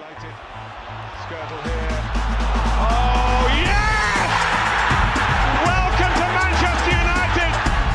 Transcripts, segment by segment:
Skirtle here. Oh yes! Welcome to Manchester United!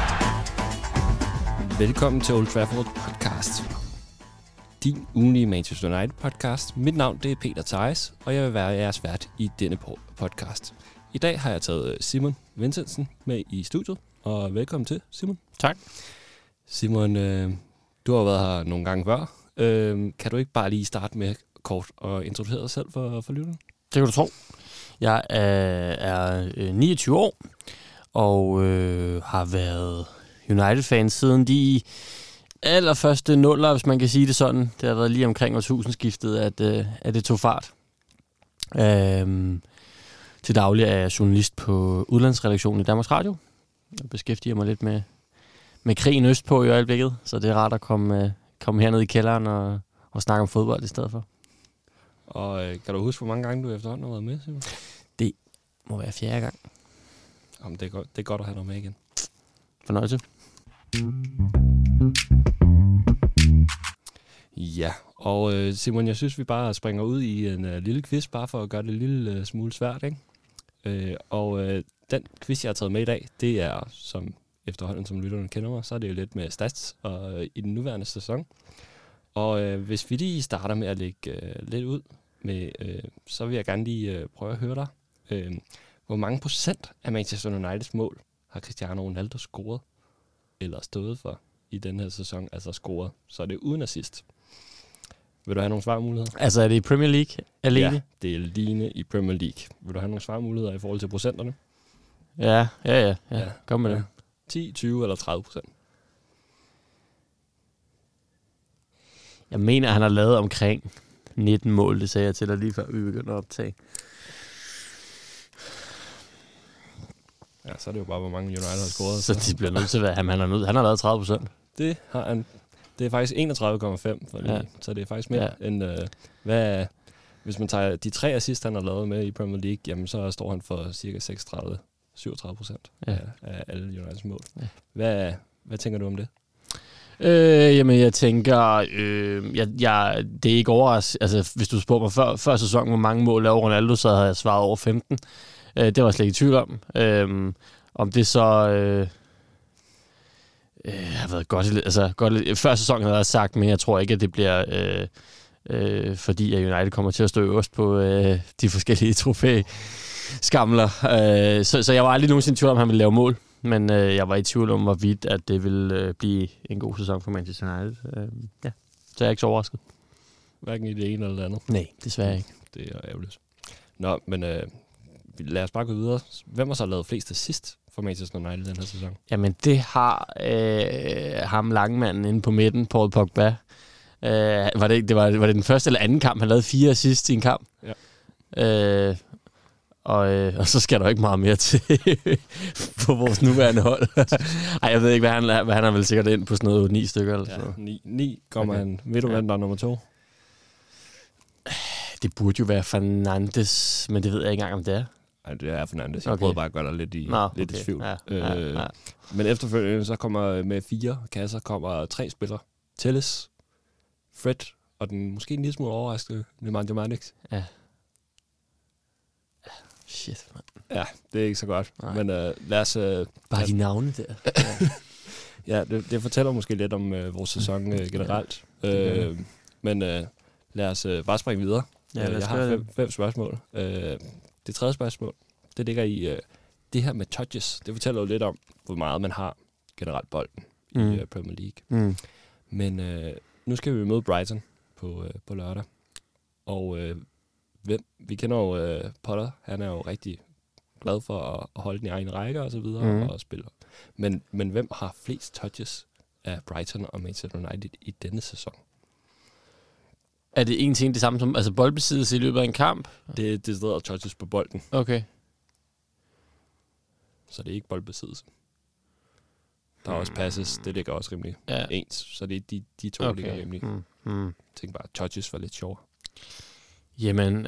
Velkommen til Old Trafford podcast. Din ugenlige Manchester United podcast. Mit navn det er Peter Theis, og jeg vil være jeres vært i denne podcast. I dag har jeg taget Simon Vincentsen med i studiet, og velkommen til, Simon. Tak. Simon, du har været her nogle gange før. Kan du ikke bare lige starte med kort og introducere dig selv for lytterne? Det kan du tro. Jeg er 29 år og har været United-fan siden de allerførste nuller, hvis man kan sige det sådan. Det har været lige omkring årtusindskiftet, at det tog fart. Til daglig er jeg journalist på udlandsredaktionen i Danmarks Radio. Jeg beskæftiger mig lidt med krigen østpå i øjeblikket, så det er rart at komme herned i kælderen og snakke om fodbold i stedet for. Og kan du huske, hvor mange gange du efterhånden har været med, Simon? Det må være 4. gang. Jamen, det er godt at have dig med igen. Fornøjelse. Ja, og Simon, jeg synes, vi bare springer ud i en lille quiz, bare for at gøre det en lille smule svært, ikke? Den quiz, jeg har taget med i dag, det er, som efterhånden, som lytterne kender mig, så er det jo lidt med stats og i den nuværende sæson. Og hvis vi lige starter med at lægge lidt ud, så vil jeg gerne lige prøve at høre dig. Hvor mange procent af Manchester Uniteds mål har Cristiano Ronaldo scoret eller stået for i den her sæson, altså scoret? Så er det uden assist. Vil du have nogle svarmuligheder? Altså er det i Premier League alene? Ja, det er alene i Premier League. Vil du have nogle svarmuligheder i forhold til procenterne? Ja. Kom med det. 10, 20 eller 30%? Jeg mener, han har lavet omkring 19 mål, det sagde jeg til dig lige før vi begyndte at optage. Ja, så er det jo bare, hvor mange United har scoret. Så det bliver nødt til at være, han har lavet 30%. Det har han. Det er faktisk 31,5, ja. Så det er faktisk mere end, hvis man tager de 3 assist, han har lavet med i Premier League, jamen så står han for cirka 37% af alle Uniteds mål. Ja. Hvad tænker du om det? Jamen, jeg tænker, det er ikke overraskende. Altså, hvis du spurgte mig før sæsonen, hvor mange mål lavede Ronaldo, så havde jeg svaret over 15. Det var jeg slet ikke i tvivl om. Om det så har været godt. Før sæsonen havde jeg sagt, men jeg tror ikke, at det bliver fordi at United kommer til at stå øverst på de forskellige trofæskamler. Så jeg var aldrig nogensinde i tvivl om, han ville lave mål. Men jeg var i tvivl om, hvorvidt at det ville blive en god sæson for Manchester United. Så jeg er ikke så overrasket. Hverken i det ene eller det andet? Nej, desværre ikke. Det er ærgerligt. Nå, men lad os bare gå videre. Hvem har så lavet flest assist for Manchester United den her sæson? Jamen, det har ham langmanden inde på midten, Paul Pogba. Var det den første eller anden kamp, han lavede 4 assist i en kamp? Ja. Og så skal der ikke meget mere til på vores nuværende hold. Ej, jeg ved ikke, hvad han har vel sikkert ind på sådan noget 9 stykker eller sådan noget. 9 kommer okay. Han. Ved du, hvem der er nummer 2? Det burde jo være Fernandes, men det ved jeg ikke engang, om det er. Nej, det er Fernandes. Jeg prøvede bare at gøre dig lidt i tvivl. Ja. Men efterfølgende så kommer med 4 kasser, kommer 3 spillere. Telles, Fred og den måske en lille smule overraskede Nemanja Matic. Ja. Shit, man. Ja, det er ikke så godt. Nej. Men lad os... bare de navne der. Ja, det fortæller måske lidt om vores sæson generelt. Men lad os bare springe videre. Ja, jeg har 5 spørgsmål. Det 3. spørgsmål, det ligger i det her med touches. Det fortæller jo lidt om, hvor meget man har generelt bolden i Premier League. Men nu skal vi møde Brighton på lørdag. Og vi kender jo Potter. Han er jo rigtig glad for at holde den i egen række og så videre og spille. Men hvem har flest touches af Brighton og Manchester United i denne sæson? Er det en ting det samme som altså boldbesiddelse i løbet af en kamp? Det er decideret touches på bolden. Okay. Så det er ikke boldbesiddelse. Der er også passes, det ligger også rimelig ens. Så det er de 2, der ligger rimelig. Jeg tænker bare, touches var lidt sjovere. Jamen,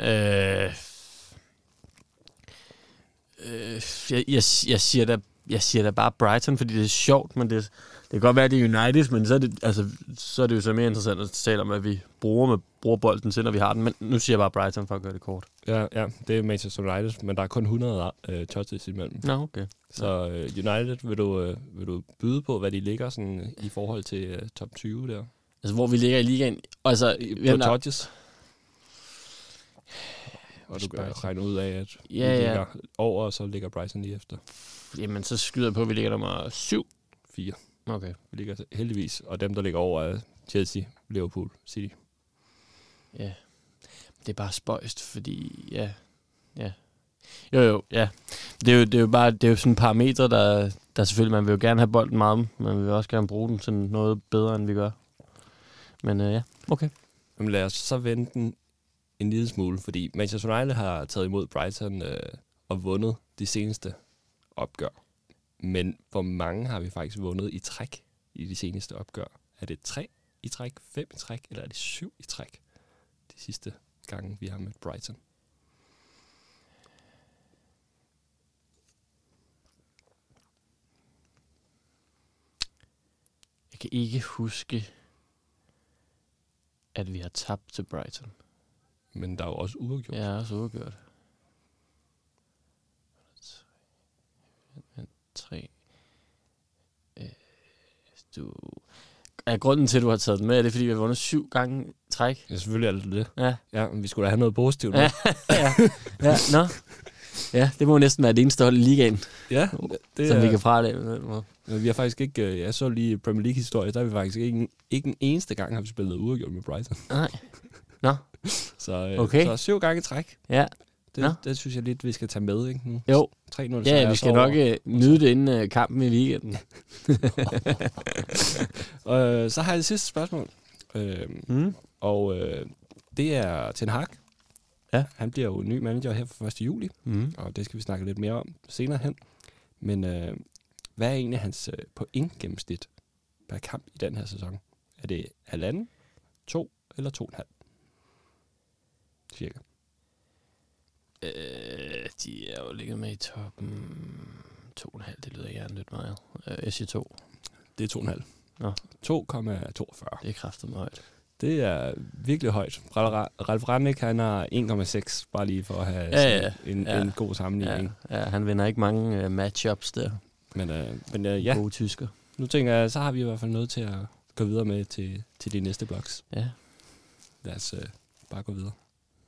jeg siger da bare Brighton, fordi det er sjovt, men det kan godt være, at det er United, men så er det jo så mere interessant at tale om, at vi bruger bolden til, når vi har den. Men nu siger jeg bare Brighton for at gøre det kort. Ja, det er Manchester United, men der er kun 100 touches imellem. Nå, okay. Så United, vil du byde på, hvad de ligger sådan, i forhold til top 20 der? Altså, hvor vi ligger i ligaen? Altså, på touches? Og du kan regne ud af, at vi ligger over, og så ligger Brighton lige efter. Jamen, så skyder jeg på, at vi ligger nummer 7. 4. Okay. Vi ligger heldigvis, og dem, der ligger over, er Chelsea, Liverpool, City. Ja, det er bare spøjst, fordi, ja. Jo, ja. Det er jo bare, det er jo sådan et parametre, der selvfølgelig, man vil jo gerne have bolden meget, men man vil også gerne bruge den til noget bedre, end vi gør. Men ja, okay. Jamen lad os så vente den en lille smule, fordi Manchester United har taget imod Brighton og vundet de seneste opgør. Men hvor mange har vi faktisk vundet i træk i de seneste opgør? Er det 3 i træk, 5 i træk, eller er det 7 i træk de sidste gange, vi har mødt Brighton? Jeg kan ikke huske, at vi har tabt til Brighton. Men der er jo også uafgjort. Ja, også uafgjort. 3. Er grunden til, at du har taget den med, er det fordi, vi har vundet 7 gange træk? Ja, selvfølgelig er det det. Ja. Ja, men vi skulle da have noget positivt med. Nå. Ja, det må næsten være det eneste hold i ligaen. Ja, det som vi kan frade. Vi har faktisk ikke, jeg så lige Premier League-historie, der er vi faktisk ikke en eneste gang, har vi spillet uafgjort med Brighton. Nej. Nå. Så, okay. Så 7 gange træk. Ja. Det synes jeg lidt, vi skal tage med, ikke? Nu. Jo. 3-0 ja, vi skal nok nyde det inden kampen i weekenden. Så har jeg det sidste spørgsmål. Og det er Ten Hag. Ja. Han bliver jo ny manager her fra 1. juli, og det skal vi snakke lidt mere om senere hen. Men hvad er egentlig hans point-gennemsnit per kamp i den her sæson? Er det 1,5, 2 eller 2,5? Cirka. De er jo ligget med i toppen. 2,5, det lyder gerne lidt meget. Jeg siger 2. Det er 2,5. Nå. 2,42. Det er kraftedeme højt. Det er virkelig højt. Ralf Rangnick, han har 1,6, bare lige for at have en god sammenligning. Ja, han vinder ikke mange matchups der. Men ja, gode tysker. Nu tænker jeg, så har vi i hvert fald noget til at gå videre med til de næste blogs. Ja. Lad os bare gå videre.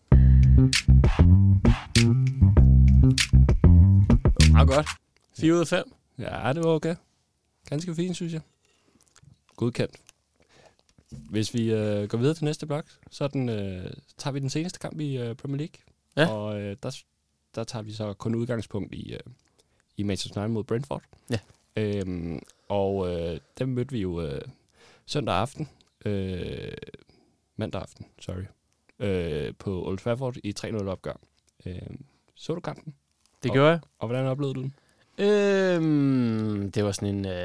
Meget godt. 4 ud af 5. Ja, det var okay. Ganske fint, synes jeg. Godkendt. Hvis vi går videre til næste blok, så tager vi den seneste kamp i Premier League. Ja. Og der tager vi så kun udgangspunkt i Manchester United mod Brentford. Ja. Dem mødte vi jo søndag aften. Mandag aften, sorry. På Old Trafford i 3-0 opgør. Så du kampen? Det gjorde jeg. Og hvordan oplevede du den? Det var sådan en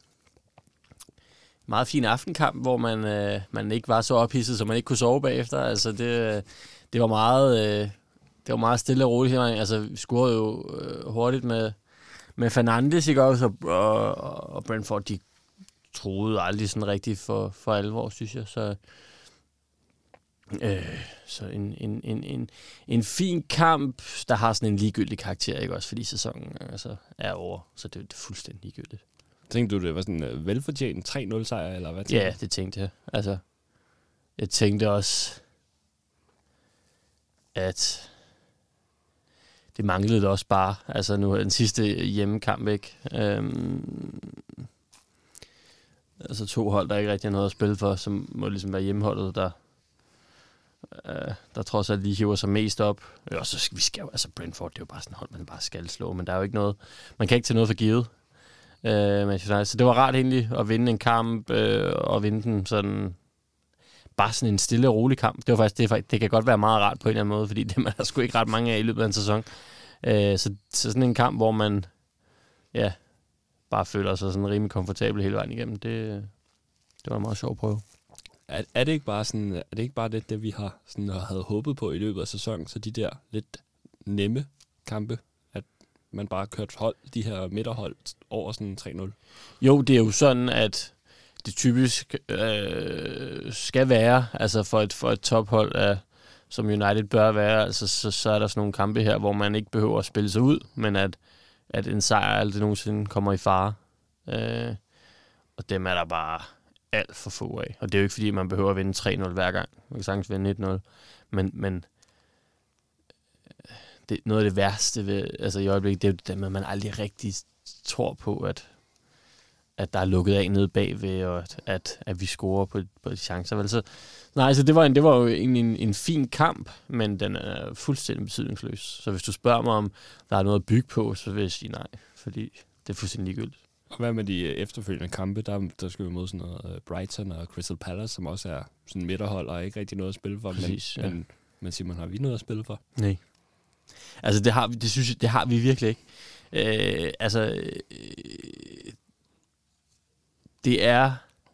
meget fin aftenkamp, hvor man ikke var så ophidset, så man ikke kunne sove bagefter. Altså det var meget stille og roligt. Altså vi scorede jo hurtigt med Fernandes, ikke også? Og Brentford, de troede aldrig sådan rigtigt for alvor, synes jeg. Så en fin kamp, der har sådan en ligegyldig karakter, ikke også? Fordi sæsonen altså er over, så det er fuldstændig ligegyldigt. Tænkte du, det var sådan en velfortjent 3-0 sejr, eller hvad? Ja, det tænkte jeg. Altså, jeg tænkte også, at det manglede det også bare. Altså, nu er den sidste hjemmekamp, ikke? Altså 2 hold, der ikke rigtig har noget at spille for, som må ligesom være hjemmeholdet, der trods alt lige hiver sig mest op. Og så vi skal jo, altså Brentford, det er jo bare sådan et hold, man bare skal slå, men der er jo ikke noget, man kan ikke tage noget for givet. Så det var rart egentlig at vinde en kamp, og vinde den sådan, bare sådan en stille og rolig kamp. Det kan godt være meget rart på en eller anden måde, fordi det man har sgu ikke ret mange af i løbet af en sæson. Så sådan en kamp, hvor man bare føler sig sådan rimelig komfortabel hele vejen igennem, det var en meget sjov prøve. Er det ikke bare sådan, er det ikke bare det vi har sådan havde håbet på i løbet af sæsonen, så de der lidt nemme kampe, at man bare kørt de her midterhold over sådan 3-0? Jo, det er jo sådan, at det typisk skal være, altså for et tophold, som United bør være, altså så er der sådan nogle kampe her, hvor man ikke behøver at spille sig ud, men at en sejr aldrig nogensinde kommer i fare. Og dem er der bare alt for få af. Og det er jo ikke, fordi man behøver at vinde 3-0 hver gang. Man kan sagtens vinde 1-0. Men det, noget af det værste ved, altså i øjeblikket, det er jo det, at man aldrig rigtig tror på, at der er lukket af nede bagved, og at vi scorer på de chancer. Vel? Så det var jo egentlig en fin kamp, men den er fuldstændig betydningsløs. Så hvis du spørger mig, om der er noget at bygge på, så vil jeg sige nej, fordi det er fuldstændig ligegyldigt. Og hvad med de efterfølgende kampe? Der skal vi mod sådan noget Brighton og Crystal Palace, som også er sådan midterhold og ikke rigtig noget at spille for. Præcis, men Simon, har vi noget at spille for? Nej. Altså det har vi virkelig ikke. Det er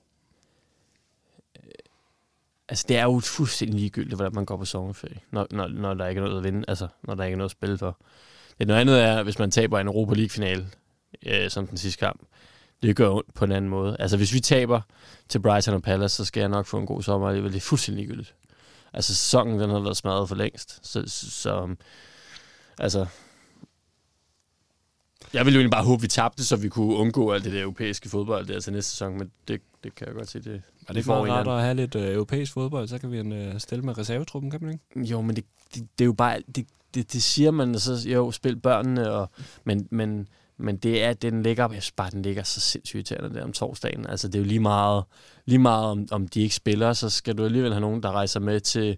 jo fuldstændig ligegyldigt, hvordan man går på sommerferie, når der ikke er noget at vinde, altså når der ikke er noget at spille for. Det noget andet er, hvis man taber en Europa League-finale, som den sidste kamp. Det gør ondt på en anden måde. Altså hvis vi taber til Brighton og Palace, så skal jeg nok få en god sommer. Det er fuldstændig ligegyldigt. Altså sæsonen, den har været smadret for længst. Så altså, jeg ville jo egentlig bare håbe, vi tabte, så vi kunne undgå alt det der europæiske fodbold der til næste sæson, men det kan jeg godt se. Det er det meget rart at have lidt europæisk fodbold, så kan vi stille med reservetruppen, kan man ikke? Jo, men det er jo bare, det siger man, så jo, spil børnene, men det er, den ligger så sindssygt irriterende der om torsdagen. Altså det er jo lige meget om de ikke spiller, så skal du alligevel have nogen, der rejser med til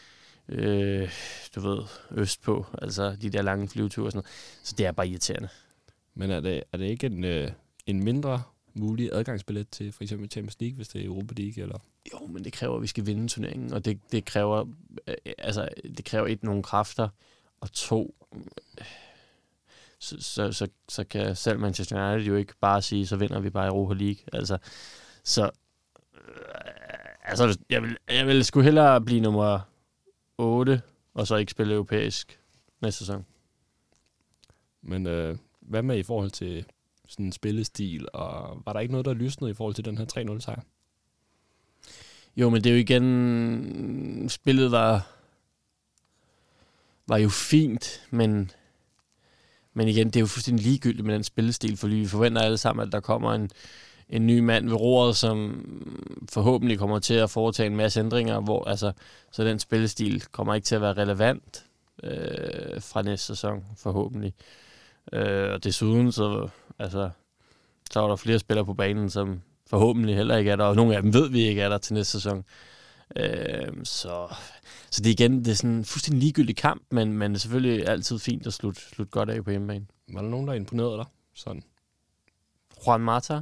du ved, østpå, altså de der lange flyveture og sådan noget. Så det er bare irriterende. Men er det ikke en mindre mulig adgangsbillet til for eksempel Champions League, hvis det er Europa League, eller? Jo, men det kræver, at vi skal vinde turneringen, og det kræver, nogle kræfter, og 2, så kan selv Manchester United jo ikke bare sige, så vinder vi bare Europa League. Altså, så jeg vil sgu hellere blive nummer 8, og så ikke spille europæisk næste sæson. Men hvad med i forhold til sådan en spillestil, og var der ikke noget, der lysnede i forhold til den her 3-0-sejr? Jo, men det er jo igen, spillet var jo fint, men igen, det er jo fuldstændig ligegyldigt med den spillestil, fordi vi forventer alle sammen, at der kommer en ny mand ved roret, som forhåbentlig kommer til at foretage en masse ændringer, så den spillestil kommer ikke til at være relevant fra næste sæson, forhåbentlig. Og desuden, så er der flere spillere på banen, som forhåbentlig heller ikke er der, og nogle af dem ved vi ikke er der til næste sæson. Så det igen, det er sådan en fuldstændig ligegyldig kamp, men det er selvfølgelig altid fint at slutte godt af på hjemmebane. Var der nogen, der imponerede dig? Sådan. Juan Mata?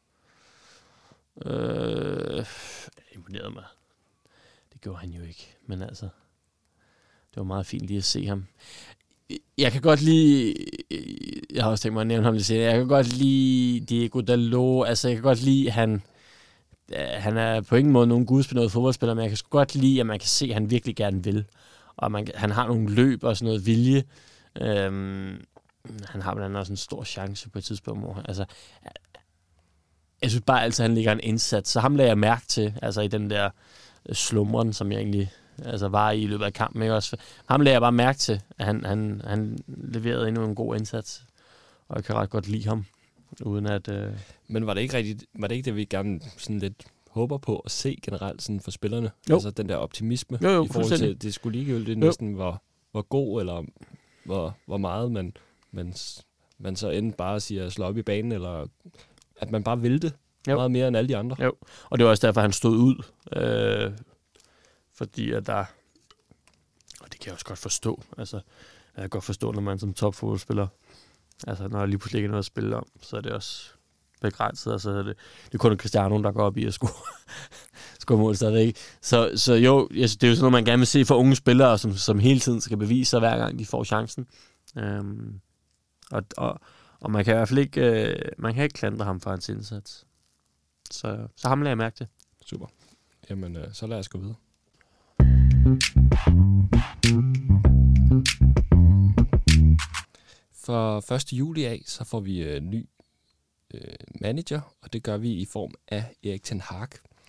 Imponerede mig. Det gjorde han jo ikke, men altså, det var meget fint lige at se ham. Jeg kan godt lide, jeg har også tænkt mig at nævne ham lidt senere, jeg kan godt lide Diego Dalot, altså jeg kan godt lide, han er på ingen måde nogen gudsbenået fodboldspiller, men jeg kan sgu godt lide, at man kan se, at han virkelig gerne vil. Og han har nogle løb og sådan noget vilje. Han har blandt andet også en stor chance på et tidspunkt, hvor jeg synes bare altid, at han ligger en indsats. Så ham lagde jeg mærke til, altså i den der slumren, som jeg egentlig var i løbet af kampen. Ikke? Også, ham lagde jeg bare mærke til, at han leverede endnu en god indsats. Og jeg kan ret godt lide ham. Uden at, Men var det ikke det, vi gerne sådan lidt håber på at se generelt sådan for spillerne? Jo. Altså den der optimisme jo, i forhold til, det skulle ligegyldigt næsten hvor god, eller hvor meget man så enten bare siger slå op i banen, eller at man bare vil det meget mere end alle de andre. Jo, og det var også derfor, han stod ud. Fordi at der, og det kan jeg også godt forstå, altså jeg kan godt forstå, når man som topfodboldspiller, altså når der lige pludselig ikke er noget at spille om, så er det også begrænset, altså det er kun Cristiano, der går op i at score mål stadigvæk. Så jo, altså, det er jo sådan noget, man gerne vil se for unge spillere, som hele tiden skal bevise sig, hver gang de får chancen. Og man kan i hvert fald ikke, man kan ikke klandre ham for hans indsats. Så ham lader jeg mærke til. Super. Jamen, så lad os gå videre. For 1. juli af, så får vi ny manager, og det gør vi i form af Erik ten Hag.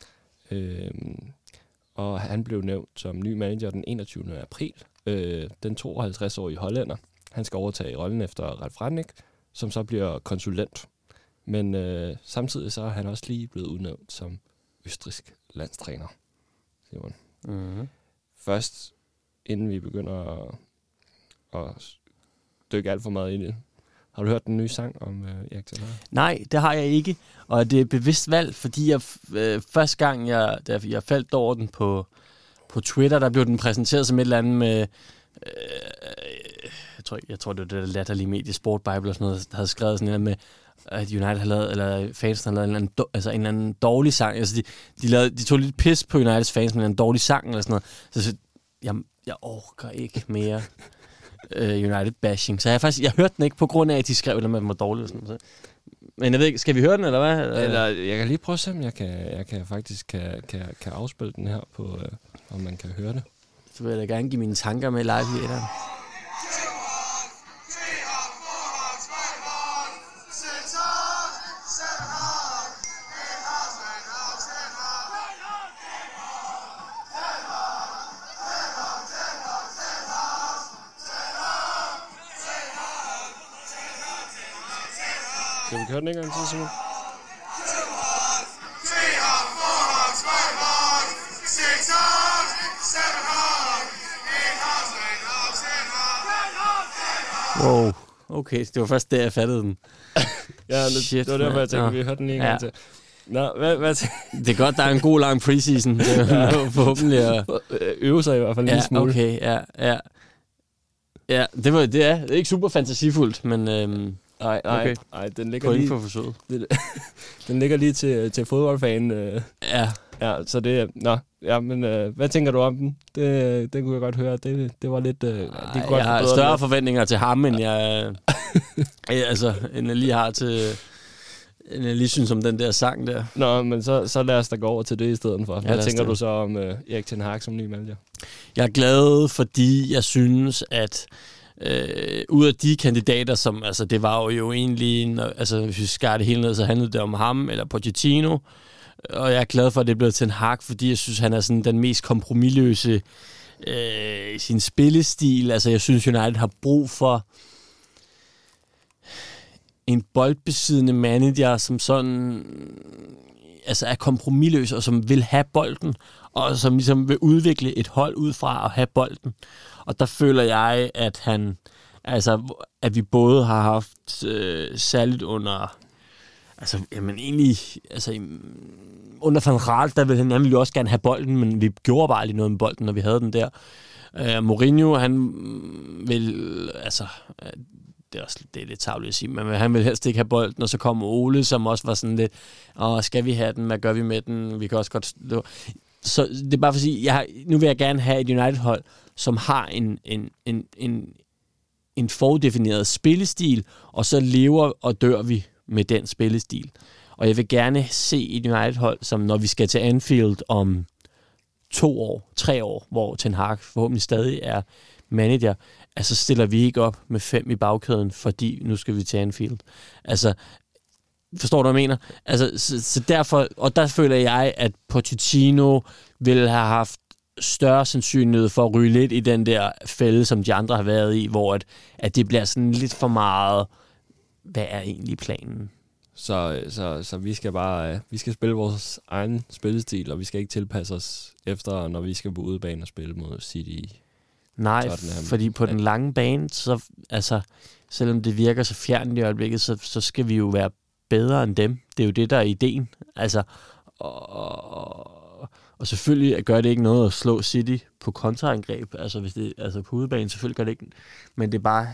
Og han blev nævnt som ny manager den 21. april. Den 52-årige hollænder. Han skal overtage rollen efter Ralf Rangnick, som så bliver konsulent. Men samtidig så er han også lige blevet udnævnt som østrigsk landstræner, Simon. Mm-hmm. Først, inden vi begynder at dykke alt for meget ind i det. Har du hørt den nye sang om Erik ten Hag? Nej, det har jeg ikke. Og det er bevidst valg, fordi jeg første gang, da jeg faldt over den på Twitter, der blev den præsenteret som et eller andet med... jeg tror det var det der latterlige medie, Sport Bible og sådan noget, der havde skrevet sådan noget med, at United har lavet, eller fansen har lavet en eller anden dårlig sang. Altså de tog lidt pis på Uniteds fans med en dårlig sang eller sådan noget. Så jeg orker ikke mere United-bashing. Så jeg hørte den ikke på grund af, at de skrev, at den var dårlig. Sådan noget. Men jeg ved ikke, skal vi høre den, eller hvad? Eller, jeg kan lige prøve at se, om jeg kan faktisk afspille den her på, om man kan høre det. Så vil jeg da gerne give mine tanker med live i etteren. Skal vi køre den en gang til, Simon? Wow, okay, det var først der, jeg fattede den. Ja, det var derfor, jeg tænkte, vi hørte den en gang til. Nå, hvad det er godt, der er en god lang preseason. Det er forhåbentlig at øve sig i hvert fald en lille smule. Okay, ja. Ja, det er ikke super fantasifuldt, men... Nej, den ligger lige... for forsøget. Den ligger lige til fodboldfanen. Ja, så det... Nå, ja, men hvad tænker du om den? Det kunne jeg godt høre. Det var lidt... jeg har større forventninger til ham, end jeg... end jeg lige har til... End jeg lige synes om den der sang der. Nå, men så lad os da gå over til det i stedet for. Hvad tænker du så om Erik ten Hag som ny manager? Jeg er glad, fordi jeg synes, at ud af de kandidater, som, altså det var jo egentlig, hvis vi skar det hele ned, så handlede det om ham eller Pochettino, og jeg er glad for, at det blev ten Hag, fordi jeg synes, han er sådan den mest kompromisløse i sin spillestil. Altså jeg synes, United har brug for en boldbesiddende manager, som sådan er kompromisløs, og som vil have bolden, og som ligesom vil udvikle et hold ud fra at have bolden. Og der føler jeg, at at vi både har haft særligt under, under Van Gaal, der ville han jo også gerne have bolden, men vi gjorde bare aldrig noget med bolden, når vi havde den der. Mourinho, han vil, det er lidt tarveligt at sige, men han vil helst ikke have bolden, og så kom Ole, som også var sådan lidt, skal vi have den, hvad gør vi med den, vi kan også godt... Så det er bare for at sige, nu vil jeg gerne have et United-hold, som har en fordefineret spillestil, og så lever og dør vi med den spillestil. Og jeg vil gerne se et United-hold, som når vi skal til Anfield om 2 år, 3 år, hvor Ten Hag forhåbentlig stadig er manager, så stiller vi ikke op med 5 i bagkæden, fordi nu skal vi til Anfield. Forstår du, hvad jeg mener? Så derfor, og der føler jeg, at Pochettino ville have haft større sandsynlighed for at ryge lidt i den der fælde, som de andre har været i, hvor at det bliver sådan lidt for meget, hvad er egentlig planen? Så vi skal bare vi skal spille vores egen spillestil, og vi skal ikke tilpasse os efter, når vi skal på udebane og spille mod City. Nej, fordi på den lange bane, så selvom det virker så fjernt i øjeblikket, så skal vi jo være bedre end dem. Det er jo det, der er ideen. Og selvfølgelig gør det ikke noget at slå City på kontraangreb. Hvis det på udebane, selvfølgelig gør det ikke. Men det er bare,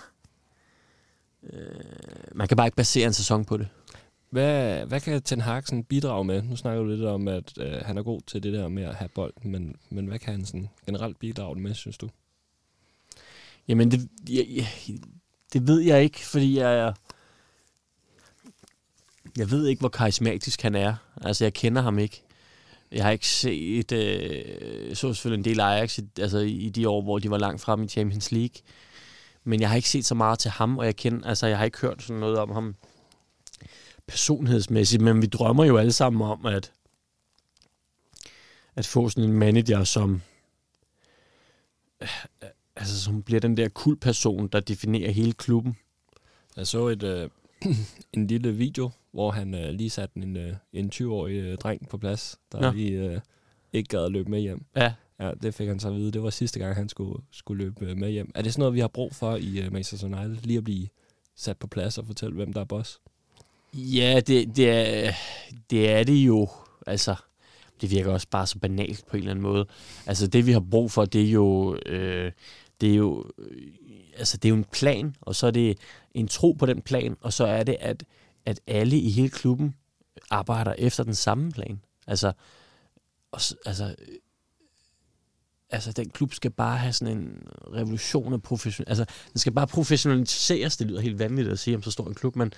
man kan bare ikke basere en sæson på det. Hvad kan Ten Hag sådan bidrage med? Nu snakker du lidt om, at han er god til det der med at have bolden, men hvad kan han sådan generelt bidrage med, synes du? Jamen, det ved jeg ikke, fordi jeg ved ikke, hvor karismatisk han er. Jeg kender ham ikke. Jeg har ikke set... så selvfølgelig en del Ajax i de år, hvor de var langt frem i Champions League. Men jeg har ikke set så meget til ham, og jeg har ikke hørt sådan noget om ham personlighedsmæssigt, men vi drømmer jo alle sammen om at få sådan en manager, som som bliver den der kultperson, der definerer hele klubben. Jeg så en lille video, hvor han lige satte en 20-årig dreng på plads, der lige ikke gad at løbe med hjem. Ja. Ja, det fik han så at vide. Det var sidste gang, han skulle løbe med hjem. Er det sådan noget, vi har brug for i Manchester United? Lige at blive sat på plads og fortælle, hvem der er boss? Ja, det er det jo. Altså, det virker også bare så banalt på en eller anden måde. Altså, det vi har brug for, det er jo en plan, og så er det en tro på den plan, og så er det, at alle i hele klubben arbejder efter den samme plan. Altså, den klub skal bare have sådan en revolution af den skal bare professionaliseres. Det lyder helt vanvittigt at sige, om så stor en klub, men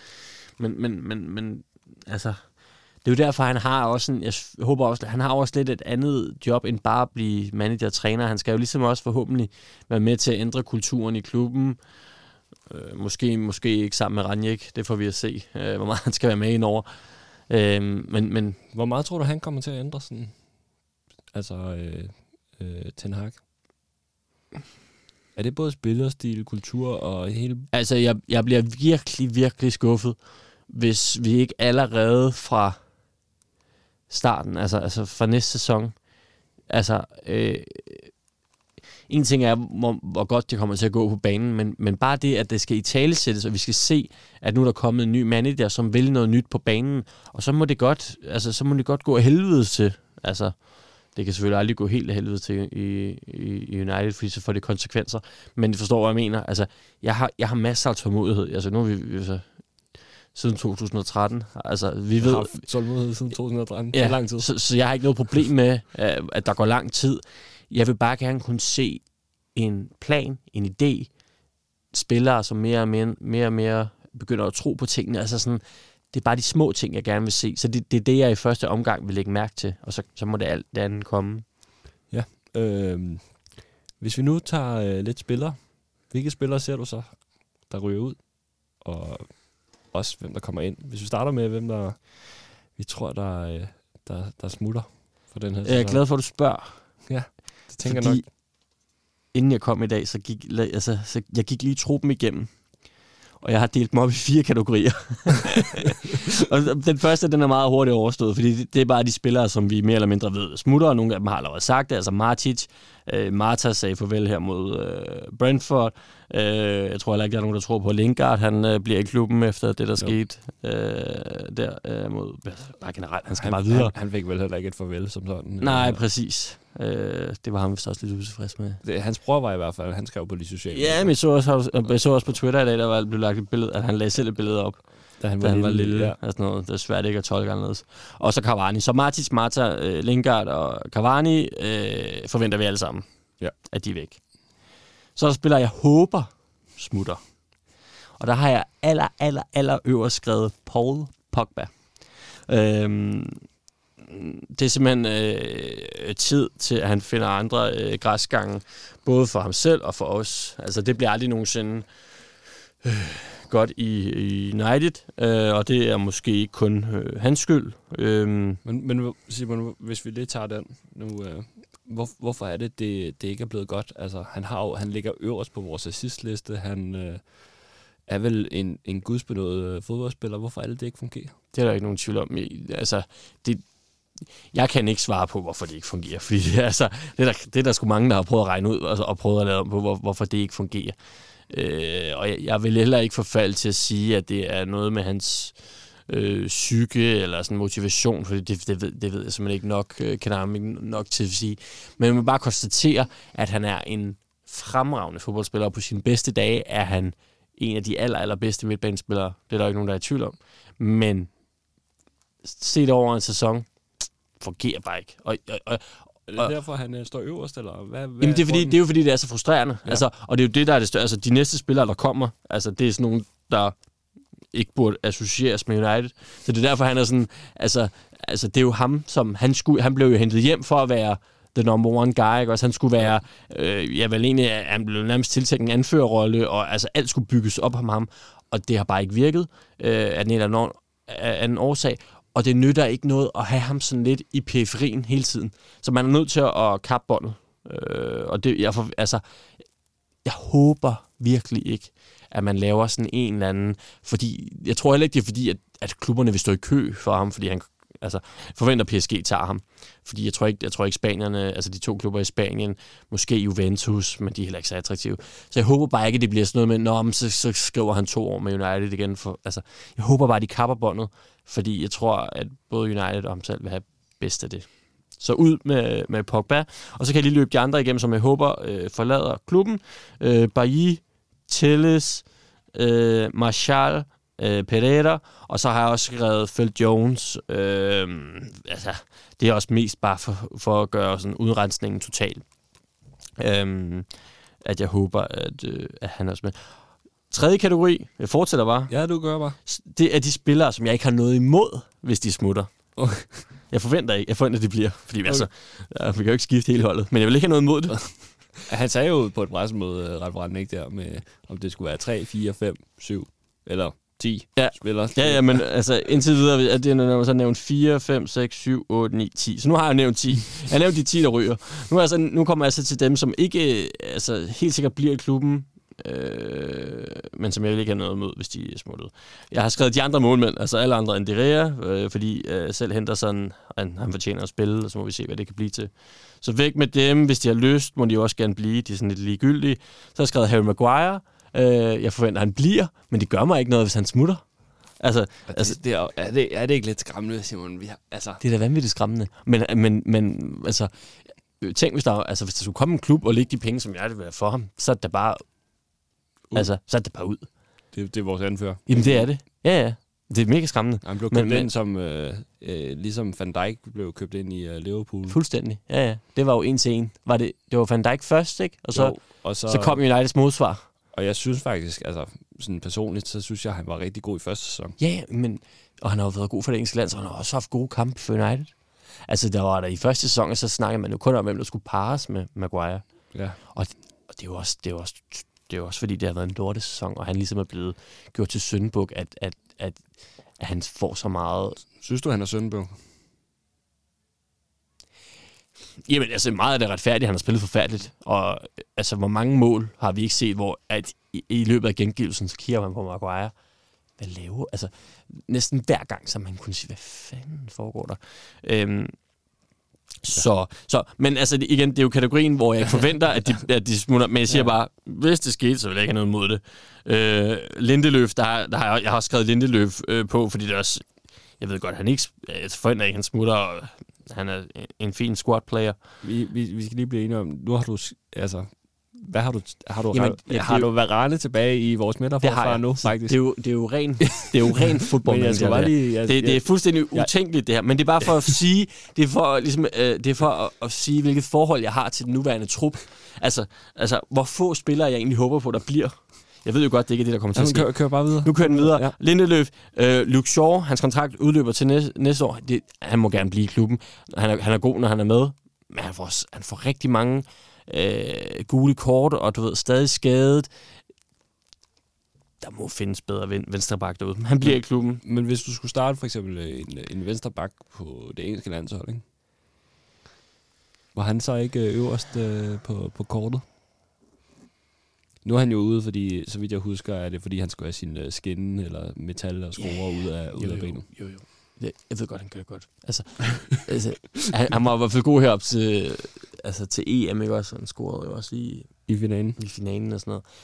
altså, det er jo derfor, han har også jeg håber også, han har også lidt et andet job, end bare at blive manager og træner. Han skal jo ligesom også forhåbentlig være med til at ændre kulturen i klubben. Måske ikke sammen med Ranjik. Det får vi at se, hvor meget han skal være med indover. Men hvor meget tror du, han kommer til at ændre sådan? Altså, Ten Hag? Er det både spillerstil, kultur og hele... Altså, jeg bliver virkelig, virkelig skuffet, hvis vi ikke allerede fra starten, altså fra næste sæson, en ting er, hvor godt det kommer til at gå på banen, men bare det, at det skal italesættes, og vi skal se, at nu er der kommet en ny manager, som vil noget nyt på banen, og så må det godt gå af helvede til. Altså, det kan selvfølgelig aldrig gå helt af helvede til i United, fordi så får det konsekvenser. Men du forstår, hvad jeg mener. Altså, jeg har masser af tålmodighed. Altså, nu er vi siden 2013. Altså, vi ved... har tålmodighed siden 2013. Ja, det er lang tid. Så jeg har ikke noget problem med, at der går lang tid. Jeg vil bare gerne kunne se en plan, en idé, spillere, som mere og mere begynder at tro på tingene. Altså sådan, det er bare de små ting, jeg gerne vil se. Så det er det, jeg i første omgang vil lægge mærke til, og så må det alt det andet komme. Ja. Hvis vi nu tager lidt spillere, hvilke spillere ser du så, der ryger ud? Og også hvem der kommer ind. Hvis vi starter med, hvem der vi tror, der smutter for den her sæson. Jeg er glad for, at du spørger. Ja, det tænker jeg nok. Inden jeg kom i dag, så jeg gik lige truppen igennem. Og jeg har delt dem op i 4 kategorier. Og den første, den er meget hurtigt overstået, fordi det er bare de spillere, som vi mere eller mindre ved smutter, og nogle af dem har allerede sagt det. Altså Matic, Marta sagde farvel her mod Brentford. Jeg tror heller ikke, der er nogen, der tror på Lingard. Han bliver i klubben efter det, der skete der mod... Bare generelt, han skal bare videre. Han fik vel heller ikke et farvel som sådan. Nej, præcis. Det var ham vist også lidt utilfreds med. Hans bror var i hvert fald, han skrev på de sociale medier. Ja, men jeg så også på Twitter i dag, der blev lagt et billede, at han lagde selv et billede op, da han var lille. Ja. Altså noget, det er svært ikke at tolke anderledes. Og så Cavani. Så Matic, Marta, Lingard og Cavani forventer vi alle sammen, at de er væk. Så der spiller jeg håber smutter. Og der har jeg aller øverst skrevet Paul Pogba. Det er simpelthen tid til, at han finder andre græsgange, både for ham selv og for os. Altså, det bliver aldrig nogensinde godt i United, og det er måske ikke kun hans skyld. Men Simon, hvis vi lige tager den nu, hvorfor er det ikke er blevet godt? Altså, han ligger øverst på vores assistliste. Han er vel en gudsbenået fodboldspiller. Hvorfor er det ikke fungerer? Det er der ikke nogen tvivl om. Altså, jeg kan ikke svare på, hvorfor det ikke fungerer, fordi det er der sgu mange, der har prøvet at regne ud og prøvet at lave om på, hvorfor det ikke fungerer. Og jeg vil heller ikke forfalde til at sige, at det er noget med hans psyke eller sådan motivation, for det ved jeg simpelthen ikke nok, kan jeg ikke nok til at sige. Men jeg vil bare konstatere, at han er en fremragende fodboldspiller, og på sine bedste dage er han en af de allerbedste midtbanespillere. Det er der ikke nogen, der er i tvivl om. Men set over en sæson, fungerer bare ikke. Og er det derfor, han står øverst, eller hvad? Jamen, det er jo fordi, det er så frustrerende. Ja. Altså, og det er jo det, der er det større. Altså, de næste spillere, der kommer, altså, det er sådan nogle, der ikke burde associeres med United. Så det er derfor, han er sådan... Altså det er jo ham, som... Han blev jo hentet hjem for at være the number one guy, ikke? Også han skulle være... han blev nærmest tiltænkt en anførerrolle, og altså alt skulle bygges op om ham, og det har bare ikke virket. Af af en årsag, og det nytter ikke noget at have ham sådan lidt i periferien hele tiden. Så man er nødt til at kappe båndet. Og det, jeg håber virkelig ikke, at man laver sådan en eller anden, fordi jeg tror heller ikke, det er fordi, at klubberne vil stå i kø for ham, fordi han forventer PSG tager ham. Fordi jeg tror ikke spanierne, altså de 2 klubber i Spanien, måske Juventus, men de er heller ikke så attraktive. Så jeg håber bare ikke, at det bliver sådan noget med, så skriver han 2 år med United igen. Jeg håber bare, at de kapper båndet, fordi jeg tror, at både United og ham selv vil have bedst af det. Så ud med Pogba, og så kan jeg lige løbe de andre igennem, som jeg håber forlader klubben. Bailly, Telles, Martial, Pereira, og så har jeg også skrevet Phil Jones. Det er også mest bare for at gøre sådan udrensningen total. At jeg håber, at han er også med. 3. kategori, jeg fortsætter bare. Ja, du gør bare. Det er de spillere, som jeg ikke har noget imod, hvis de smutter. Okay. Jeg forventer, at de bliver, fordi vi kan jo ikke skifte hele holdet, men jeg vil ikke have noget imod det. Han sagde jo på et pressemøde ret brændt, ikke der, med om det skulle være 3, 4, 5, 7 eller 10 spillere. Ja, men altså indtil videre er det så nævnt 4, 5, 6, 7, 8, 9, 10. Så nu har jeg nævnt 10. Jeg har nævnt de 10, der ryger. Nu kommer jeg så til dem, som ikke helt sikkert bliver i klubben, men som jeg vil ikke have noget imod, hvis de er smuttet. Jeg har skrevet de andre målmænd, altså alle andre end Derea, fordi selv Henderson, han fortjener at spille, og så må vi se, hvad det kan blive til. Så væk med dem, hvis de har lyst, må de jo også gerne blive. De er sådan lidt ligegyldige. Så har jeg skrevet Harry Maguire. Jeg forventer, at han bliver, men det gør mig ikke noget, hvis han smutter. Er det ikke lidt skræmmende, Simon? Det er da vanvittigt skræmmende. Men altså, tænk, hvis der skulle komme en klub og lægge de penge, som jeg vil være for ham, så er det bare ud. Så er det bare ud. Det er vores anfører. Jamen, det er det. Ja. Det er mega skræmmende. Han blev købt ind som, ligesom Van Dijk blev købt ind i Liverpool. Fuldstændig. Ja. Det var jo 1 til 1. Det var Van Dijk først, ikke? Og så kom Uniteds modsvar. Og jeg synes faktisk, sådan personligt, så synes jeg, han var rigtig god i første sæson. Ja, og han har jo været god for det engelske land, så han har også haft gode kampe for United. Altså, der var der i første sæson, og så snakkede man jo kun om, hvem der skulle parres med Maguire. Ja. Og det er jo også fordi, det har været en dårlig sæson, og han ligesom er blevet gjort til syndebuk, at han får så meget. Synes du, han er syndebuk? Jamen, meget af det retfærdigt, han har spillet forfærdeligt. Og hvor mange mål har vi ikke set, hvor at i løbet af gengivelsen, så kigger man på Maguire. Hvad laver? Næsten hver gang, så man kunne sige, hvad fanden foregår der? Men igen, det er jo kategorien, hvor jeg ikke forventer, at de smutter. Men jeg siger bare, hvis det skete, så vil jeg ikke have noget mod det. Lindeløf, jeg har skrevet Lindeløf på, fordi det er også, jeg ved godt, han ikke, jeg forventer ikke, han smutter, og han er en fin squad player. Vi skal lige blive enige om, nu har du, hvad har du Varane tilbage i vores midterforsvar nu, faktisk? Det er jo ren fodbold. Det er fuldstændig utænkeligt, det her. Men det er bare for at sige, det er for at sige, hvilket forhold jeg har til den nuværende trup. Altså, hvor få spillere jeg egentlig håber på, der bliver. Jeg ved jo godt, det ikke er det, der kommer til at ske. Kører bare videre. Nu kører den videre. Ja. Lindeløf, Luke Shaw, hans kontrakt udløber til næste år. Han må gerne blive i klubben. Han er god, når han er med. Men han får rigtig mange gule kort, og du ved, stadig skadet. Der må findes bedre venstreback derude. Han bliver i klubben. Men hvis du skulle starte for eksempel en venstreback på det engelske landshold, ikke? Var han så ikke øverst på kortet? Nu er han jo ude, fordi, så vidt jeg husker, er det fordi, han skulle have sin skinne eller metal og skruer ud af benet. Jo. Jeg ved godt, han gør det godt. Han var i hvert fald god herop til EM, ikke også? Han scorede jo også i finalen og sådan noget.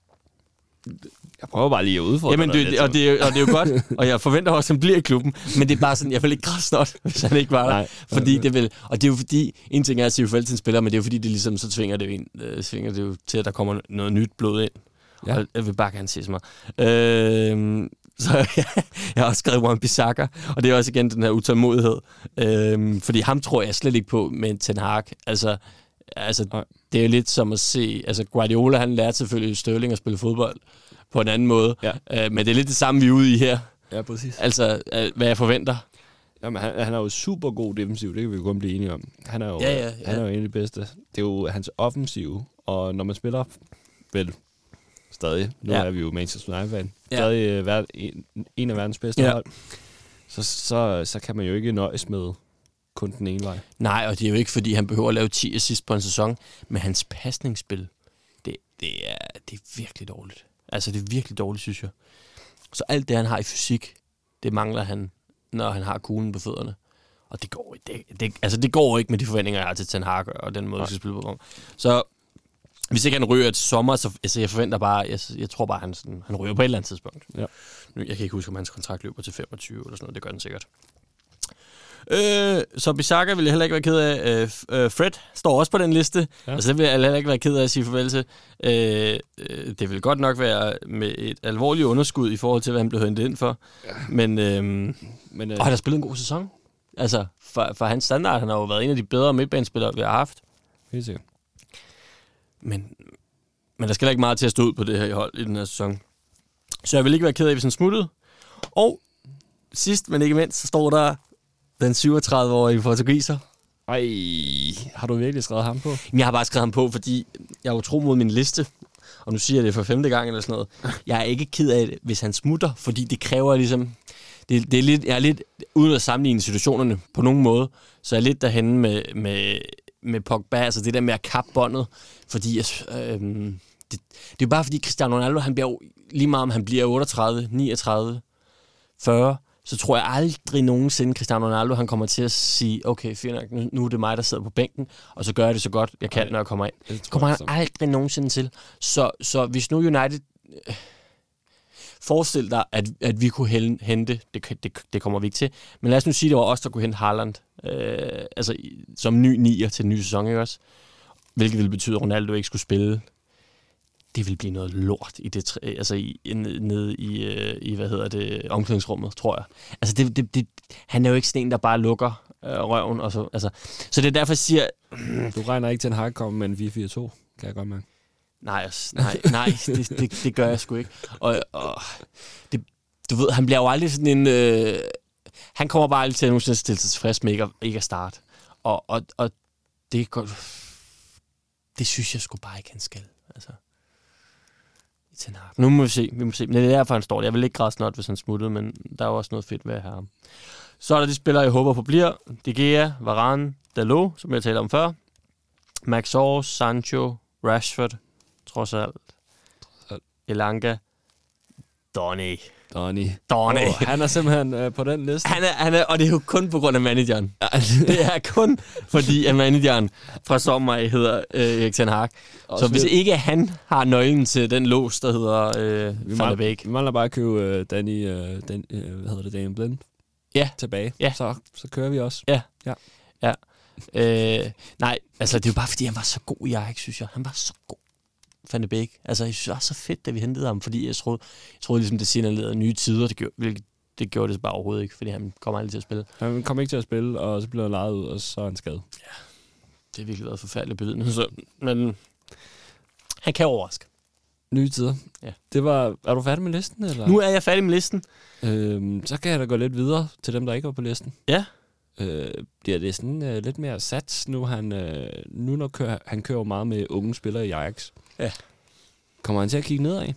Jeg prøver bare lige at udfordre dig. Og det er jo godt, og jeg forventer også, at han bliver i klubben, men det er bare sådan, jeg vil ikke græsnot, hvis han ikke var der. Fordi det vil, og det er jo fordi, en ting er at sige farvel til en spiller, men det er jo fordi, det ligesom, så tvinger det jo til, at der kommer noget nyt blod ind. Ja. Og jeg vil bare gerne se så meget. Så jeg har også skrevet Wan-Bissaka, og det er også igen den her utålmodighed. Fordi ham tror jeg slet ikke på med Ten Hag. Altså, det er jo lidt som at se, Guardiola, han lærte selvfølgelig Sterling at spille fodbold på en anden måde, men det er lidt det samme, vi er ude i her. Ja, præcis. Hvad jeg forventer. Jamen, han er jo super god defensiv, det kan vi jo kun blive enige om. Han er jo, han er jo en af de bedste. Det er jo hans offensiv, og når man spiller, vel, stadig, nu er vi jo Manchester United-fan, stadig en af verdens bedste hold. så kan man jo ikke nøjes med kun den ene vej. Nej, og det er jo ikke, fordi han behøver at lave 10 assist på en sæson, men hans pasningsspil, det er virkelig dårligt. Altså, det er virkelig dårligt, synes jeg. Så alt det, han har i fysik, det mangler han, når han har kuglen på fødderne. Og det går ikke. Det går ikke med de forventninger, jeg har til Ten Hag og den måde, han skal spille på. Så hvis ikke han ryger til sommer, så jeg forventer bare, jeg tror bare, han ryger på et eller andet tidspunkt. Ja. Jeg kan ikke huske, om hans kontrakt løber til 25 eller sådan noget. Det gør den sikkert. Så Bissaka vil jeg heller ikke være ked af. Fred står også på den liste. Ja. Altså det vil jeg heller ikke være ked af at sige farvel til. Det vil godt nok være med et alvorligt underskud i forhold til, hvad han blev hentet ind for. Ja. Men han har spillet en god sæson. Altså, for hans standard, han har jo været en af de bedre midtbanespillere, vi har haft. Helt sikkert. Men der skal ikke meget til at stå ud på det her hold i den her sæson. Så jeg vil ikke være ked af, hvis han smuttede. Og sidst, men ikke mindst, så står der den 37-årige portugiser. Ej, har du virkelig skrevet ham på? Jeg har bare skrevet ham på, fordi jeg er jo tro mod min liste. Og nu siger jeg det for 5. gang eller sådan noget. Jeg er ikke ked af det, hvis han smutter, fordi det kræver ligesom... Det er lidt, jeg er lidt uden at sammenligne situationerne på nogen måde, så jeg er lidt derhenne med Pogba, altså det der med at kappe båndet, fordi det er jo bare fordi Cristiano Ronaldo, han bliver jo, lige meget om han bliver 38, 39, 40, så tror jeg aldrig nogensinde Cristiano Ronaldo, han kommer til at sige, okay, fint nok, nu er det mig, der sidder på bænken, og så gør jeg det så godt, jeg kan, når jeg kommer ind. Det kommer han aldrig nogensinde til. Så hvis nu United... Forestil dig, at vi kunne hente, det kommer vi ikke til, men lad os nu sige, at det var os, der kunne hente Haaland, altså som ny nier til den nye sæson, ikke også? Hvilket ville betyde, at Ronaldo ikke skulle spille. Det ville blive noget lort i det, altså nede i hvad hedder det, omklædningsrummet, tror jeg. Altså han er jo ikke sådan en, der bare lukker røven og så. Altså, så det er derfor, jeg siger. Du regner ikke til en hardcore med en 4-4-2, kan jeg godt mærke. Nej, det gør jeg sgu ikke. Og det, du ved, han bliver jo aldrig sådan en... han kommer bare aldrig til at nogensinde stille sig tilfreds med ikke at starte. Og det er godt... Det synes jeg sgu bare ikke, han skal. Altså. Nu må vi se. Men det er derfor, han står der. Jeg vil ikke græde snart, hvis han smuttede, men der er jo også noget fedt ved at have ham. Så er der de spillere, jeg håber på bliver. De Gea, Varane, Dalot, som jeg talte om før. Maxor, Sancho, Rashford, trods alt. Elanga, Donny. Han er simpelthen på den liste. Han er, og det er jo kun på grund af manageren. Det er kun fordi, at manageren fra sommer hedder Erik Ten Hag. Så hvis ikke han har nøglen til den lås, der hedder Van der Beek. Vi mangler bare at købe Daniel Blind tilbage. Ja. Så kører vi også. Ja. Nej, altså det er jo bare fordi, han var så god i Ajax, synes jeg. Han var så god. Van de Beek. Altså, jeg synes det var så fedt, da vi hentede ham, fordi jeg troede ligesom, det signalerede nye tider. Det gjorde det bare overhovedet ikke, fordi han kommer aldrig til at spille. Han kommer ikke til at spille, og så bliver han lejet ud, og så er han skadet. Ja, det har virkelig været forfærdeligt bedøvende. Men han kan overraske. Nye tider. Ja. Er du færdig med listen? Eller? Nu er jeg færdig med listen. Så kan jeg da gå lidt videre til dem, der ikke var på listen. Ja. Det er sådan lidt mere sats nu. Han kører meget med unge spillere i Ajax. Ja. Kommer han til at kigge nedad?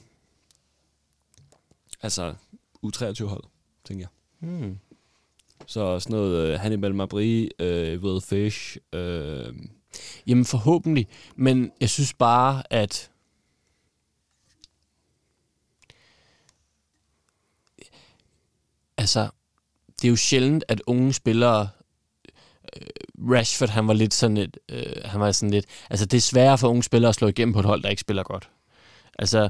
Altså U23-hold, tænker jeg. Så sådan noget Hannibal Mabry, Will Fish. Jamen forhåbentlig. Men jeg synes bare, at altså, det er jo sjældent, at unge spillere... Rashford, han var sådan lidt... Altså, det er sværere for unge spillere at slå igennem på et hold, der ikke spiller godt. Altså,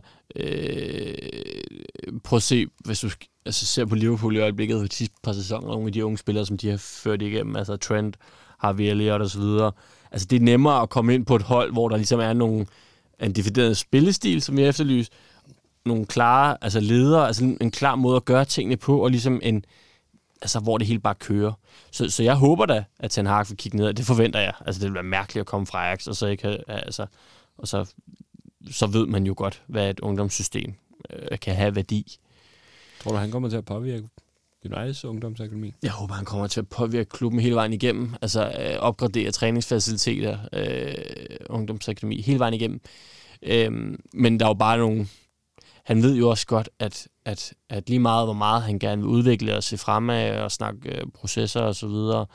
prøv at se, hvis du ser på Liverpool i øjeblikket for de sidste par sæsoner, nogle af de unge spillere, som de har ført igennem, altså Trent, Harvey Elliott og så videre. Altså, det er nemmere at komme ind på et hold, hvor der ligesom er en defineret spillestil, som jeg efterlyser, nogle klare ledere, altså en klar måde at gøre tingene på, og ligesom hvor det hele bare kører. Så jeg håber da, at Ten Hag vil kigge ned. Det forventer jeg. Altså, det vil være mærkeligt at komme fra Ajax, og så ikke og så ved man jo godt, hvad et ungdomssystem kan have værdi. Tror du, han kommer til at påvirke Uniteds ungdomsakademi? Jeg håber, han kommer til at påvirke klubben hele vejen igennem. Altså, opgradere træningsfaciliteter, ungdomsakademi, hele vejen igennem. Men der er jo bare nogle... Han ved jo også godt, at at lige meget, hvor meget han gerne vil udvikle og se fremad og snakke processer og så videre,